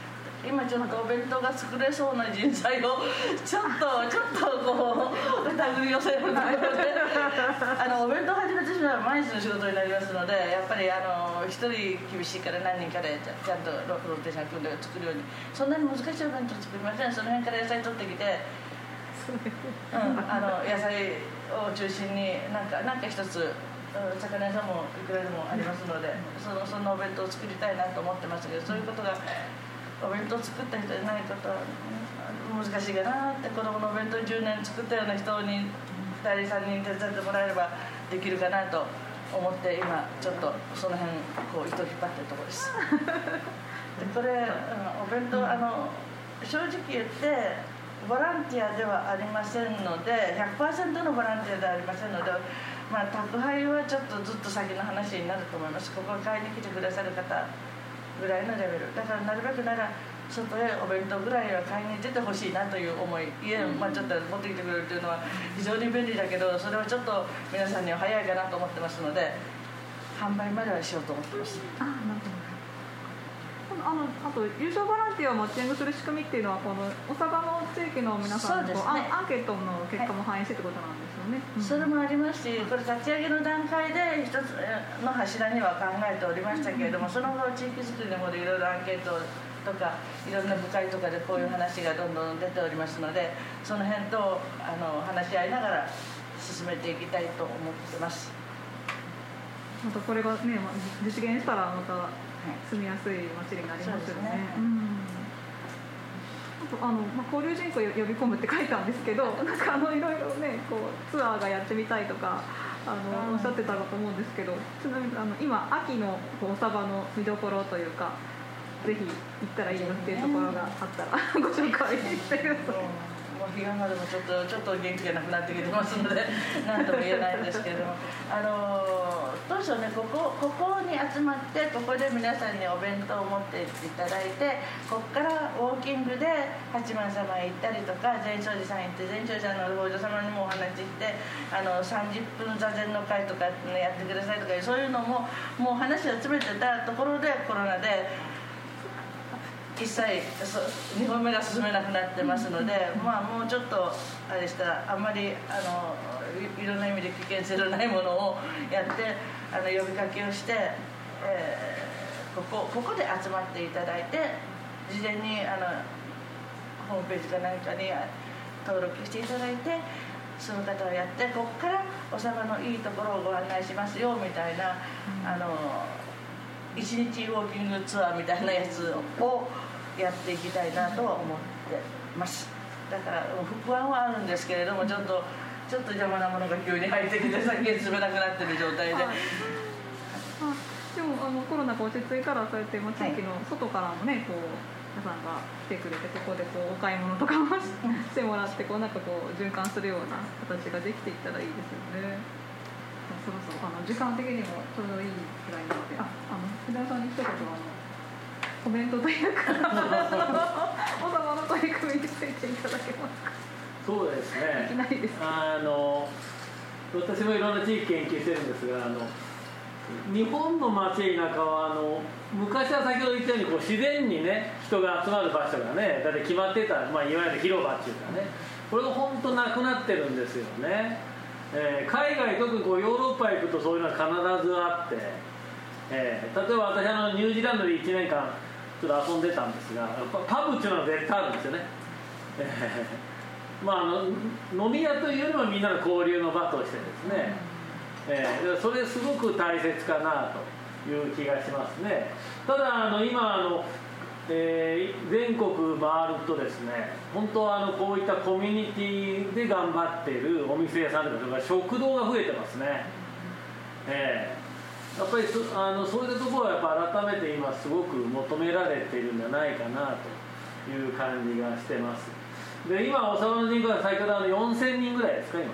今ちょっとお弁当が作れそうな人材をちょっとちょっとこう手繰り寄せるところであのお弁当始めてしまえば毎日の仕事になりますので、やっぱりあの一人厳しいから何人かでちゃんとローテーション組んで作るように、そんなに難しいお弁当作りません。その辺から野菜取ってきて、うん、あの野菜を中心になんかなんか一つ魚屋さんもいくらでもありますので、そのそんなお弁当を作りたいなと思ってますけど、そういうことがお弁当を作った人じゃないことは難しいかなって。子供のお弁当じゅうねん作ったような人にふたりさんにん手伝ってもらえればできるかなと思って今ちょっとその辺こう糸引っ張ってるところですでこれお弁当あの正直言ってボランティアではありませんので ひゃくパーセント のボランティアではありませんので、まあ、宅配はちょっとずっと先の話になると思います。ここ買いに来てくださる方ぐらいのレベルだから、なるべくなら外へお弁当ぐらいは買いに出てほしいなという思い、家に、まあ、ちょっと持ってきてくれるというのは非常に便利だけど、それはちょっと皆さんには早いかなと思ってますので、販売まではしようと思ってます。 あ、なるほど。あのあと優勝ボランティアをマッチングする仕組みっていうのはこのおさばの地域の皆さんのこう、ね、アンケートの結果も反映してってことなんですよね、はい、 それもありますし、これ立ち上げの段階で一つの柱には考えておりましたけれども、その後地域づくりの方でいろいろアンケートとかいろんな部会とかでこういう話がどんどん出ておりますので、その辺とあの話し合いながら進めていきたいと思ってます。 またこれがね、実現したらまた住みやすい街になりますよね。うん、あとあの、まあ、交流人口を呼び込むって書いたんですけど、なんかあのいろいろねこうツアーがやってみたいとかあの、うん、おっしゃってたかと思うんですけど、ちなみにあの今秋のこうおさばの見どころというか、ぜひ行ったらいいよっていうところがあったらご紹介してください。 もう彼岸までもちょっとちょっと元気がなくなってきてますので何とも言えないんですけれども、あの当初ねここここに集まってここで皆さんにお弁当を持っていただいて、ここからウォーキングで八幡様へ行ったりとか、善勝寺さん行って善勝寺さんのお嬢様にもお話ししてあのさんじゅっぷん座禅の会とか、ね、やってくださいとか、そういうのももう話を詰めてたところでコロナで一切にほんめが進めなくなってますので、まあ、もうちょっとあれしたらあんまりあの い, いろんな意味で危険性のないものをやってあの呼びかけをして、えー、こ, こ, ここで集まっていただいて、事前にあのホームページか何かに登録していただいて、その方をやって、ここからおさばのいいところをご案内しますよみたいな、あのいちにちウォーキングツアーみたいなやつをやっていきたいなとは思ってます。だから不安はあるんですけれども、ちょっとちょっと邪魔なものが急に入ってきて先へ進めなくなってる状態で、はい、 あでもあのコロナが落ち着いたらそうやって、まあ、地域の外からもねこう皆さんが来てくれて、ここでこうお買い物とかもしてもらって、こうなんかこう循環するような形ができていったらいいですよね。そろそろあの時間的にもちょうどいいくらいなので、ああの福田さんに一言あのコメントというかおさまの取り組みについていただけますか。 そうですね、 いきなりですあの私もいろんな地域研究してるんですが、あの日本の街田舎はあの昔は先ほど言ったようにこう自然にね人が集まる場所がねだって決まってた、まあ、いわゆる広場っていうかね、これが本当なくなってるんですよね。えー、海外特にこうヨーロッパ行くとそういうのは必ずあって、えー、例えば私あのニュージーランドでいちねんかんちょっと遊んでたんですが、パブっていうのは絶対あるんですよね。えー、まああの飲み屋というよりもみんなの交流の場としてですね、えー、それすごく大切かなという気がしますね。ただあの今あのえー、全国回るとですね、本当はあのこういったコミュニティで頑張っているお店屋さんとか食堂が増えてますね。えー、やっぱり そ, あのそういったところはやっぱ改めて今すごく求められているんじゃないかなという感じがしてます。で今おさばの人口は先ほどあのよんせんにんぐらいですか今、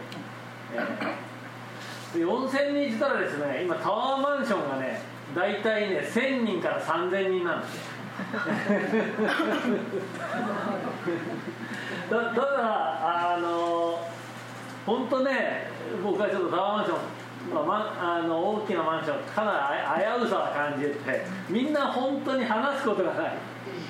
えー、でよんせんにんしたらですね、今タワーマンションがね大体ねせんにんからさんぜんにんなんですよ。た, ただあの本当ね、僕はちょっとタワーマンション、まあ、あの大きなマンションかなり危うさは感じてて、みんな本当に話すことがない。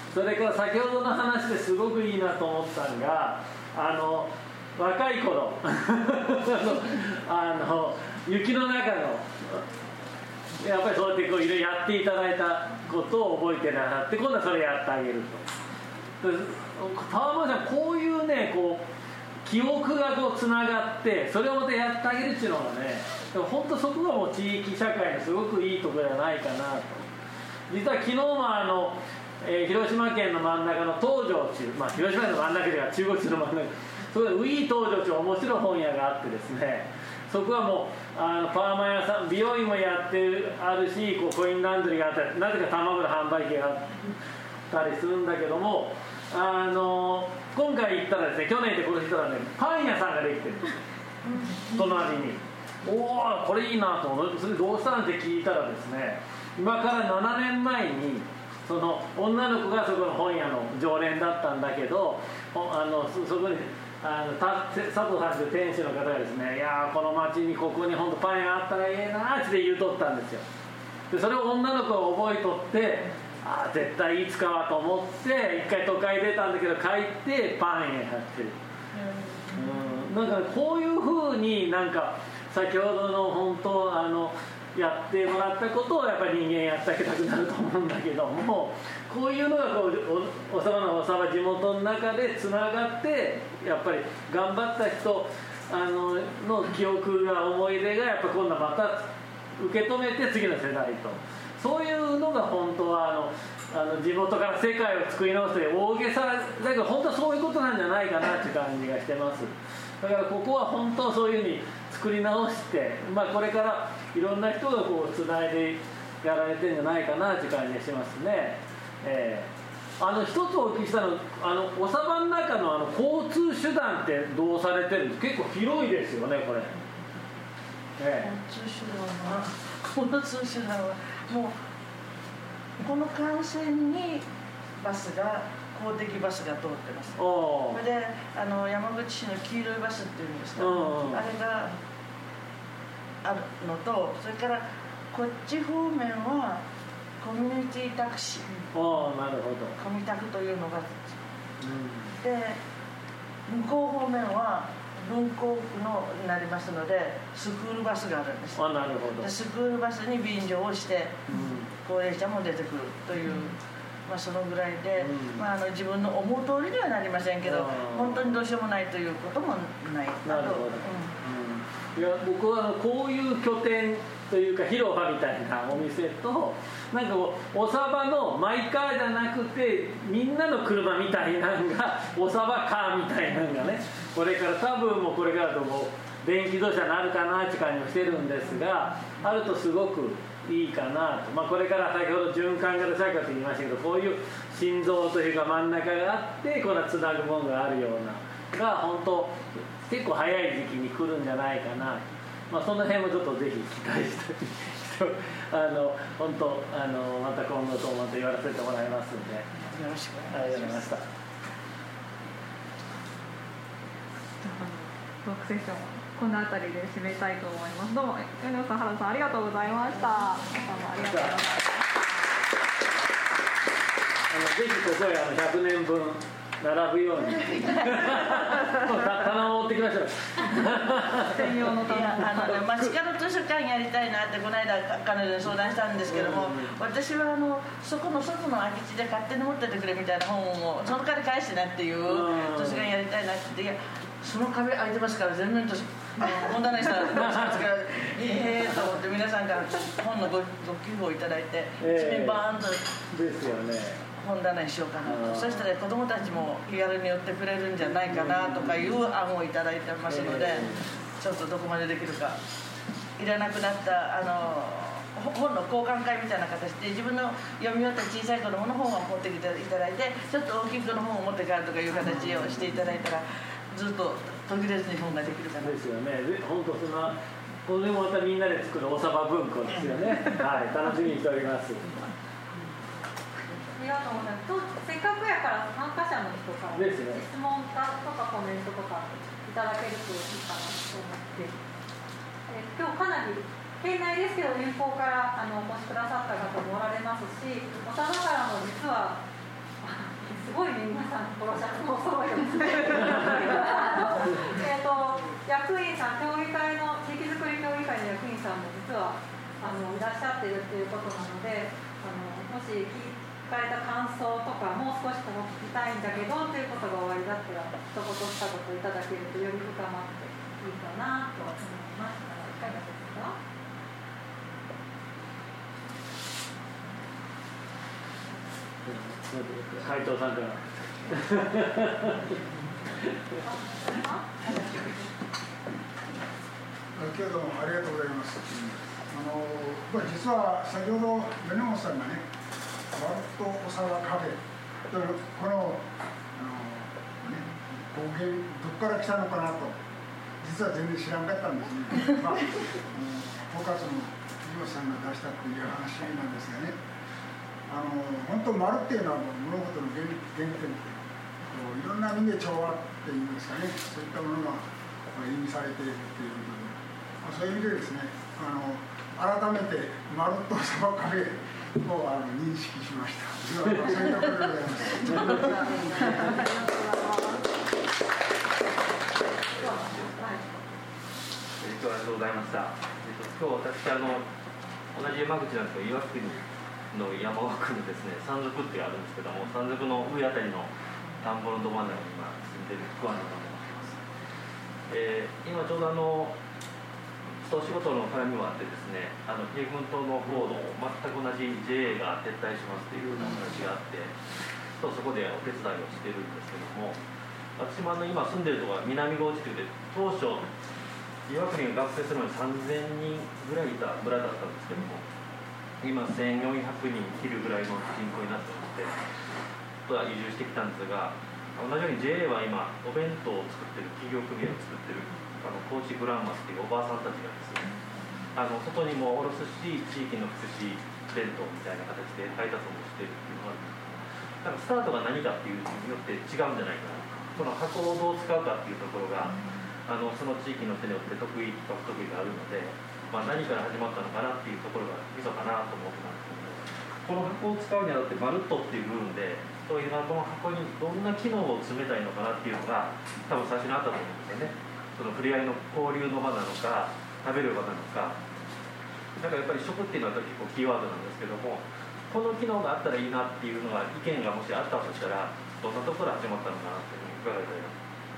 それから先ほどの話ですごくいいなと思ったのが、あの若い頃あの雪の中のやっぱりそうやってこういろいろやっていただいたことを覚えてなさって、今度はそれやってあげると。川村さん、こういうねこう記憶がこうつながってそれをまたやってあげるっていうのがね、本当そこがもう地域社会のすごくいいところじゃないかなと。実は昨日もあの、えー、広島県の真ん中の東条町、まあ、広島県の真ん中では中国地の真ん中、そこでウィー東条町面白い本屋があってですね、そこはもうあのパーマ屋さん、美容院もやってるあるし、こうコインランドリーがあったり、なぜか卵の販売機があったりするんだけども、あの今回行ったらですね、去年で今年行ったらね、パン屋さんができてるんですよ、隣に。おお、これいいなと思って、それどうしたんって聞いたらですね、今からななねんまえにその女の子がそこの本屋の常連だったんだけど、あの そ, そこにあのた佐藤さんという店主の方がですね、いやーこの町にここに本当パン屋あったらええなーって言うとったんですよ。でそれを女の子が覚えとって、ああ絶対いつかはと思って一回都会出たんだけど帰ってパン屋やってる。うん、なんかこういうふうになんか先ほどの本当あのやってもらったことをやっぱり人間やってあげたくなると思うんだけども、こういうのがこうおさばのおさば地元の中でつながってやっぱり頑張った人あのの記憶が思い出がやっぱ今度はまた受け止めて次の世代と、そういうのが本当はあのあの地元から世界を作り直すという大げさだけど本当はそういうことなんじゃないかなっていう感じがしてます。だからここは本当そういうふうに作り直して、まあ、これからいろんな人がこうつないでやられてるんじゃないかなっていう感じがしますね。えー、あの一つお聞きしたの、あのおさばの中のあの交通手段ってどうされてるんですか？結構広いですよねこれ。え交通手段は交通手段はもうこの幹線にバスが公的バスが通ってます。それであの山口市の黄色いバスっていうんですか、あれがあるのと、それからこっち方面はコミュニティタクシー、 ああなるほど、 コミタクというのが、うん、で向こう方面は文港区のになりますのでスクールバスがあるんです。 あなるほど。 でスクールバスに便乗をして、うん、高齢者も出てくるという、うん、まあ、そのぐらいで、うん、まあ、あの自分の思う通りにはなりませんけど、本当にどうしようもないということもないなるほど、うん、いや僕はあのこういう拠点というか広場みたいなお店と、なんかこうおさばのマイカーじゃなくてみんなの車みたいなのがおさばカーみたいなのがね、これから多分もうこれからともう電気自動車になるかなって感じもしてるんですが、あるとすごくいいかなと、まあ、これから先ほど循環型社会と言いましたけど、こういう心臓というか真ん中があってこのつなぐものがあるようなが本当結構早い時期に来るんじゃないかな、まあ、その辺もちょっとぜひ期待してあの本当あのまた今後とまた言わせてもらいますので、 よろしくお願いします。 ありがとうございました。 トークセッションこの辺りで締めたいと思います。どうも米尾さん、原田さんありがとうございました。皆さんもありがとうございます。 あのぜひここへあのひゃくねんぶん並ぶように棚を持ってきましょう。 専用の棚。 あの、ね、街角図書館やりたいなってこの間彼女に相談したんですけども、うん、私はあのそこの外の空き地で勝手に持っててくれみたいな本をその代わり返してなっていう図書館やりたいなって言って、いやその壁空いてますから全面と問題ない人はどうしますからええと思って皆さんから本の ご, ご寄付をいただいて、えー、バーンとですよね、 本棚にしようかなと。そしたら子どもたちも気軽に寄ってくれるんじゃないかなとかいう案をいただいてますので、えー、ちょっとどこまでできるか。いらなくなったあの本の交換会みたいな形で自分の読み終わった小さい子供の本を持ってきていただいて、ちょっと大きい子の本を持って帰るとかいう形をしていただいたらずっと途切れずに本ができるかな。 ですよね。本当そんなこれもまたみんなで作るおさば文庫ですよね。はい、楽しみにしております。 ありがとうございます。せっかくやから参加者の人から、ね、質問とかコメントとかいただけるといいかなと思って、え今日かなり県内ですけど遠方からあのお越しくださった方もおられますし、おさばからも実はすごいね、皆さんポロシャツのお揃いですね。えっと役員さん、協議会の地域づくり協議会の役員さんも実はあのいらっしゃっているということなので、あのもし聞かれた感想とかもう少しここ聞きたいんだけどということがおありだったら一言二言いただけるとより深まっていいかなと思いますが、いかがですか？ 斉藤さんから。 今日どうもありがとうございます。あのこれ実は先ほど米本さんがね、ワルトオサワカフェというこのあの、ね、語源どこから来たのかなと実は全然知らなかったんですね。まあ、フォーカスの藤本さんが出したっていう話なんですがね。あの本当丸っていうのは物事の原原点っていろんな意味で調和っていうんですかね、そういったものが意味されているっていうことで、まあ、そういう意味でですね、あの改めて丸とサバカフェをあの認識しました。そういうところでございます。 ありがとうございました。今日私あの同じ山口なんですけど、岩国の山奥にですね、山賊ってあるんですけども、山賊の上あたりの田んぼのど真ん中に今住んでる桑野と申します。えー、今ちょうどあのお仕事の絡みもあってですね、あの平郡島の方の全く同じ ジェイエー が撤退しますというような話があって、とそこでお手伝いをしてるんですけども、私もあの今住んでるところは南河内というで、当初岩国が学生するのにさんぜんにんぐらいいた村だったんですけども、今せんよんひゃくにん切るぐらいの人口になってまして、移住してきたんですが、同じように ジェイエー は今お弁当を作ってる企業組合を作ってるあの高知グランマスっていうおばあさんたちがですね、あの外にも卸すし、地域の福祉弁当みたいな形で配達もしているっていうのがあるんです。だからスタートが何かっていうによって違うんじゃないかな。この箱をどう使うかっていうところが、あのその地域の人によって得意と不得意があるので、まあ、何から始まったのかなっていうところがミソかなと思ってたんですけど、この箱を使うにあたってマルットっていう部分で、そういうこの箱にどんな機能を詰めたいのかなっていうのが多分最初にあったと思うんですよね。その触れ合いの交流の場なのか、食べる場なのか、だからやっぱり食っていうのは結構キーワードなんですけども、この機能があったらいいなっていうのが意見がもしあったとしたら、どんなところから始まったのかなっていうふうに伺いたいな。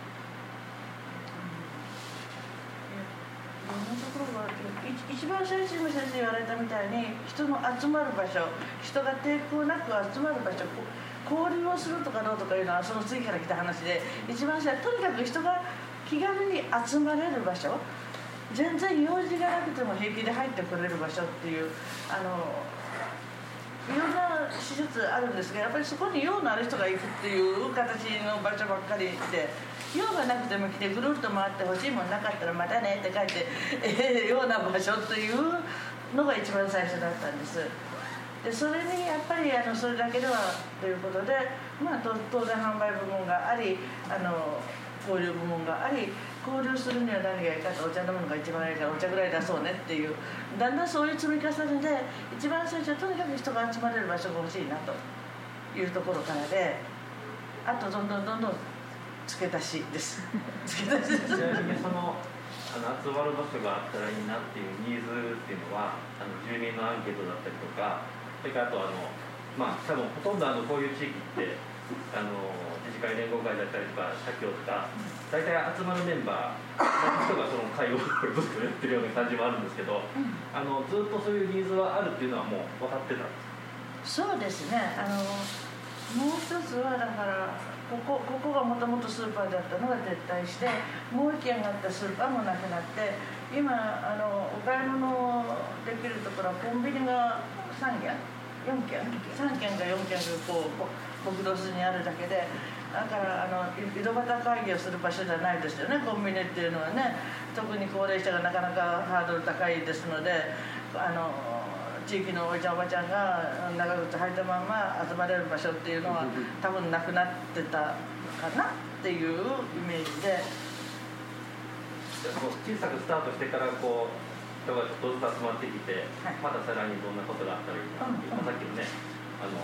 どんなところがあって一番最初に先生言われたみたいに、人の集まる場所、人が抵抗なく集まる場所、交流をするとかどうとかいうのはその次から来た話で、一番最初はとにかく人が気軽に集まれる場所、全然用事がなくても平気で入ってくれる場所っていう、あのいろんな施設あるんですが、やっぱりそこに用のある人が行くっていう形の場所ばっかりで、用がなくても来てぐるっと回って欲しいもんなかったらまたねって書いて、えー、ような場所というのが一番最初だったんです。でそれにやっぱりあのそれだけではということで、まあ、当然販売部門があり、あの交流部門があり、交流するには何がいいかと、お茶飲むのが一番いいからお茶ぐらい出そうねっていう、だんだんそういう積み重ねで、一番最初はとにかく人が集まれる場所が欲しいなというところからで、あとどんどんどんどん付け足しです付け足しです。 ちなみにそのあの集まる場所があったらいいなっていうニーズっていうのは、あの住民のアンケートだったりとか、それからあとあのまあ多分ほとんどあのこういう地域ってあの自治会連合会だったりとか社協とか、大体集まるメンバーの人がその会をずっとやってるような感じもあるんですけど、あのずっとそういうニーズはあるっていうのはもう分かってたんですか？ そうですね。あのもう一つはだからここここがもともとスーパーだったのが撤退して、もう一軒あったスーパーもなくなって、今あのお買い物できるところはコンビニがさんけんよんけんさんけんかよんけんがこう国道筋にあるだけで、だからあの井戸端会議をする場所じゃないですよね、コンビニっていうのはね。特に高齢者がなかなかハードル高いですので、あの地域のおじちゃんおばちゃんが長靴履いたまま集まれる場所っていうのは多分なくなってたかなっていうイメージで、 小さくスタートしてからこう人がちょっとずつ集まってきて、はい、またさらにどんなことがあったらいいなっていう、うん、さっきのねあの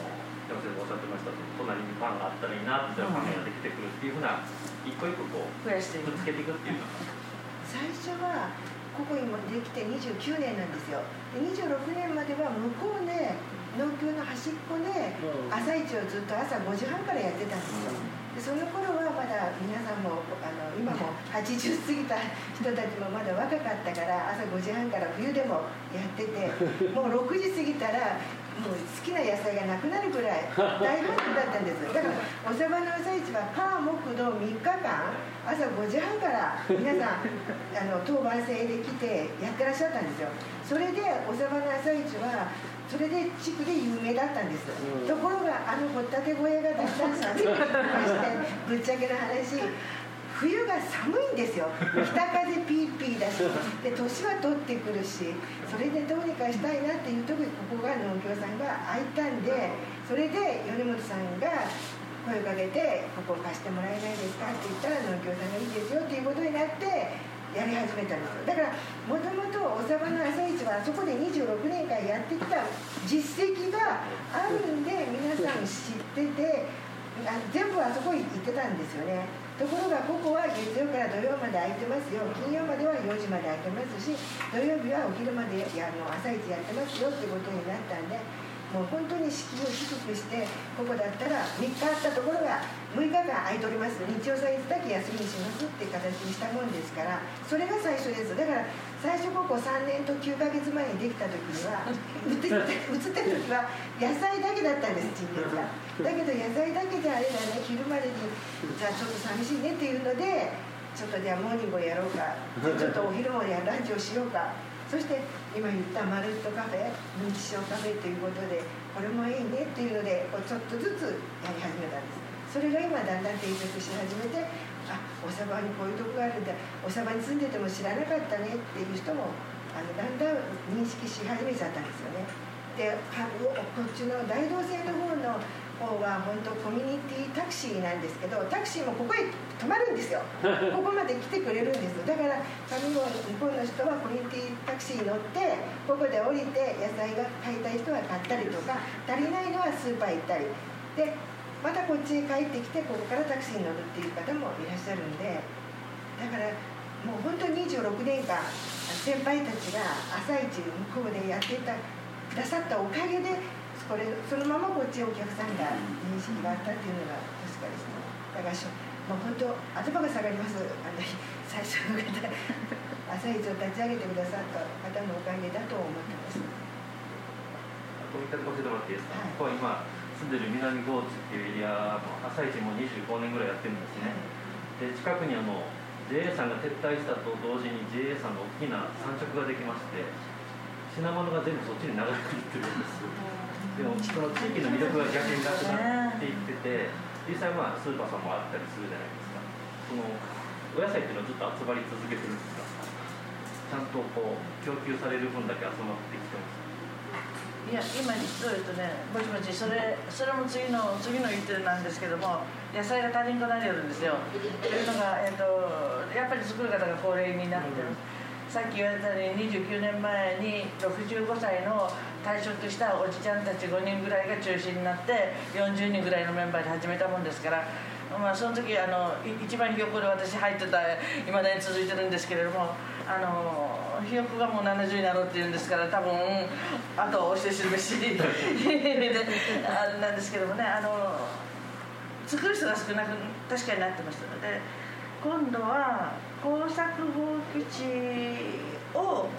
山先生もおっしゃってました隣にパンがあったらいいなって言ったらパンができてくるっていうふうな一個一個こう増やしていくくっつけていくっていうのが最初はここ今できてにじゅうきゅうねんなんですよ。でにじゅうろくねんまでは向こうで農協の端っこで朝市をずっと朝ごじはんからやってたんですよ。でその頃はまだ皆さんもあの今もはちじゅう過ぎた人たちもまだ若かったから朝ごじはんから冬でもやっててもうろくじ過ぎたらもう好きな野菜がなくなるぐらい大繁盛だったんです。だからおさばの朝市は火木土みっかかん朝ごじはんから皆さんあの当番制で来てやってらっしゃったんですよ。それでおさばの朝市はそれで地区で有名だったんです、うん、ところがあの掘ったて小屋がだんだん寒くなりましてぶっちゃけな話冬が寒いんですよ。北風ピーピーだしで年は取ってくるしそれでどうにかしたいなっていう時ここが農協さんが開いたんでそれで米本さんが声をかけてここを貸してもらえないですかって言ったら農協さんがいいですよっていうことになってやり始めたんですよ。だからもともとおさばの朝市はそこでにじゅうろくねんかんやってきた実績があるんで皆さん知っててあ全部あそこに行ってたんですよね。ところがここは月曜から土曜まで空いてますよ金曜まではよじまで空いてますし土曜日はお昼まであの朝市やってますよってことになったんでもう本当に敷居を低くしてここだったらみっかあったところがむいかかん空いております日曜祭日だけ休みにしますって形にしたもんですからそれが最初です。だから最初ここさんねんときゅうかげつまえにできた時には移って移ってる時は野菜だけだったんです陳列が。だけど野菜だけじゃあれだね昼までにじゃあちょっと寂しいねっていうのでちょっとじゃあモーニングをやろうかちょっとお昼もやランチをしようかそして今言ったマルットカフェ認知症カフェということでこれもいいねっていうのでこうちょっとずつやり始めたんです。それが今だんだん定着し始めてあおさばにこういうとこがあるんだおさばに住んでても知らなかったねっていう人もあのだんだん認識し始めちゃったんですよね。でこっちの大道線の方の方は本当コミュニティタクシーなんですけどタクシーもここへ止まるんですよここまで来てくれるんです。だから上郷向こうの人はコミュニティタクシーに乗ってここで降りて野菜が買いたい人は買ったりとか足りないのはスーパー行ったりでまたこっちへ帰ってきてここからタクシーに乗るっていう方もいらっしゃるんでだからもう本当ににじゅうろくねんかん先輩たちが朝市向こうでやっていたくださったおかげでこれそのままこっちお客さんが認識があったっていうのが確かですね。だからしょもう本当頭が下がります。あの最初の方朝市を立ち上げてくださった方のおかげだと思ってます。 こういった教えてもらっていいですか、はい、ここは今住んでる南高知っていうエリア朝市もにじゅうごねんぐらいやってるんですね、はい、で近くにあの ジェイエー さんが撤退したと同時に ジェイエー さんの大きな産直ができまして品物が全部そっちに流れていってるんですでもその地域の魅力が逆になくなっていってて実際まあスーパーさんもあったりするじゃないですか。そのお野菜っていうのはずっと集まり続けてるんですか。ちゃんとこう供給される分だけ集まってきてます。 いや今どういうとねぼちぼちそれそれも次の次の一点なんですけども野菜が足りんくなりよるんですよ。というのが、えっと、やっぱり作る方が高齢になってる、うん、さっき言われたようににじゅうきゅうねんまえにろくじゅうごさいの退職したおじちゃんたちごにんぐらいが中心になってよんじゅうにんぐらいのメンバーで始めたもんですから、まあ、その時あの一番ひよっこで私入ってたいまだに続いてるんですけれどもあのひよっこがもうななじゅうになろうっていうんですから多分あとは押して知るべしであれなんですけどもねあの作る人が少なく確かになってましたので今度は耕作放棄地を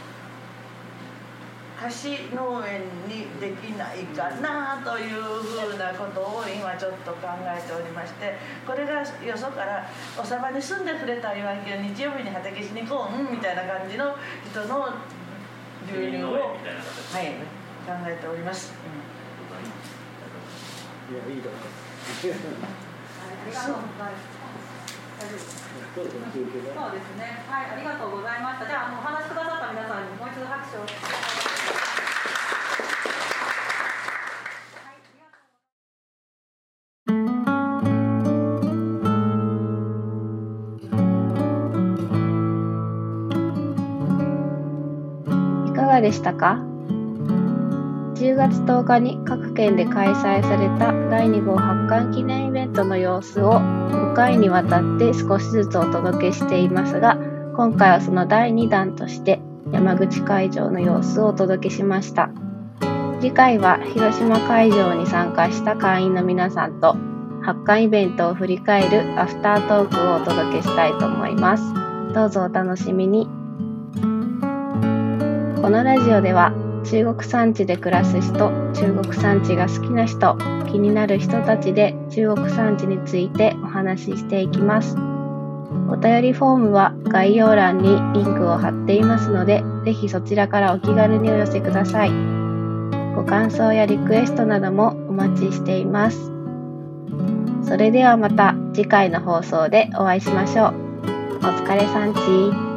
貸し農園にできないかなというふうなことを今ちょっと考えておりましてこれがよそからおさばに住んでくれたいわけを日曜日に畑しに行こう、うん、みたいな感じの人の流入を、はい、考えております、 うん、いやいいと思いますありがとうございますそうですね。はい、ありがとうございました。じゃあ、あのお話しくださった皆さんにもう一度拍手を。 いかがでしたか？ じゅうがつとおかに各県で開催されただいに号発刊記念イベントの様子をごかいにわたって少しずつお届けしていますが、今回はそのだいにだんとして山口会場の様子をお届けしました。次回は広島会場に参加した会員の皆さんと発刊イベントを振り返るアフタートークをお届けしたいと思います。どうぞお楽しみに。このラジオでは中国山地で暮らす人、中国山地が好きな人、気になる人たちで中国山地についてお話ししていきます。お便りフォームは概要欄にリンクを貼っていますので、ぜひそちらからお気軽にお寄せください。ご感想やリクエストなどもお待ちしています。それではまた次回の放送でお会いしましょう。お疲れさんち。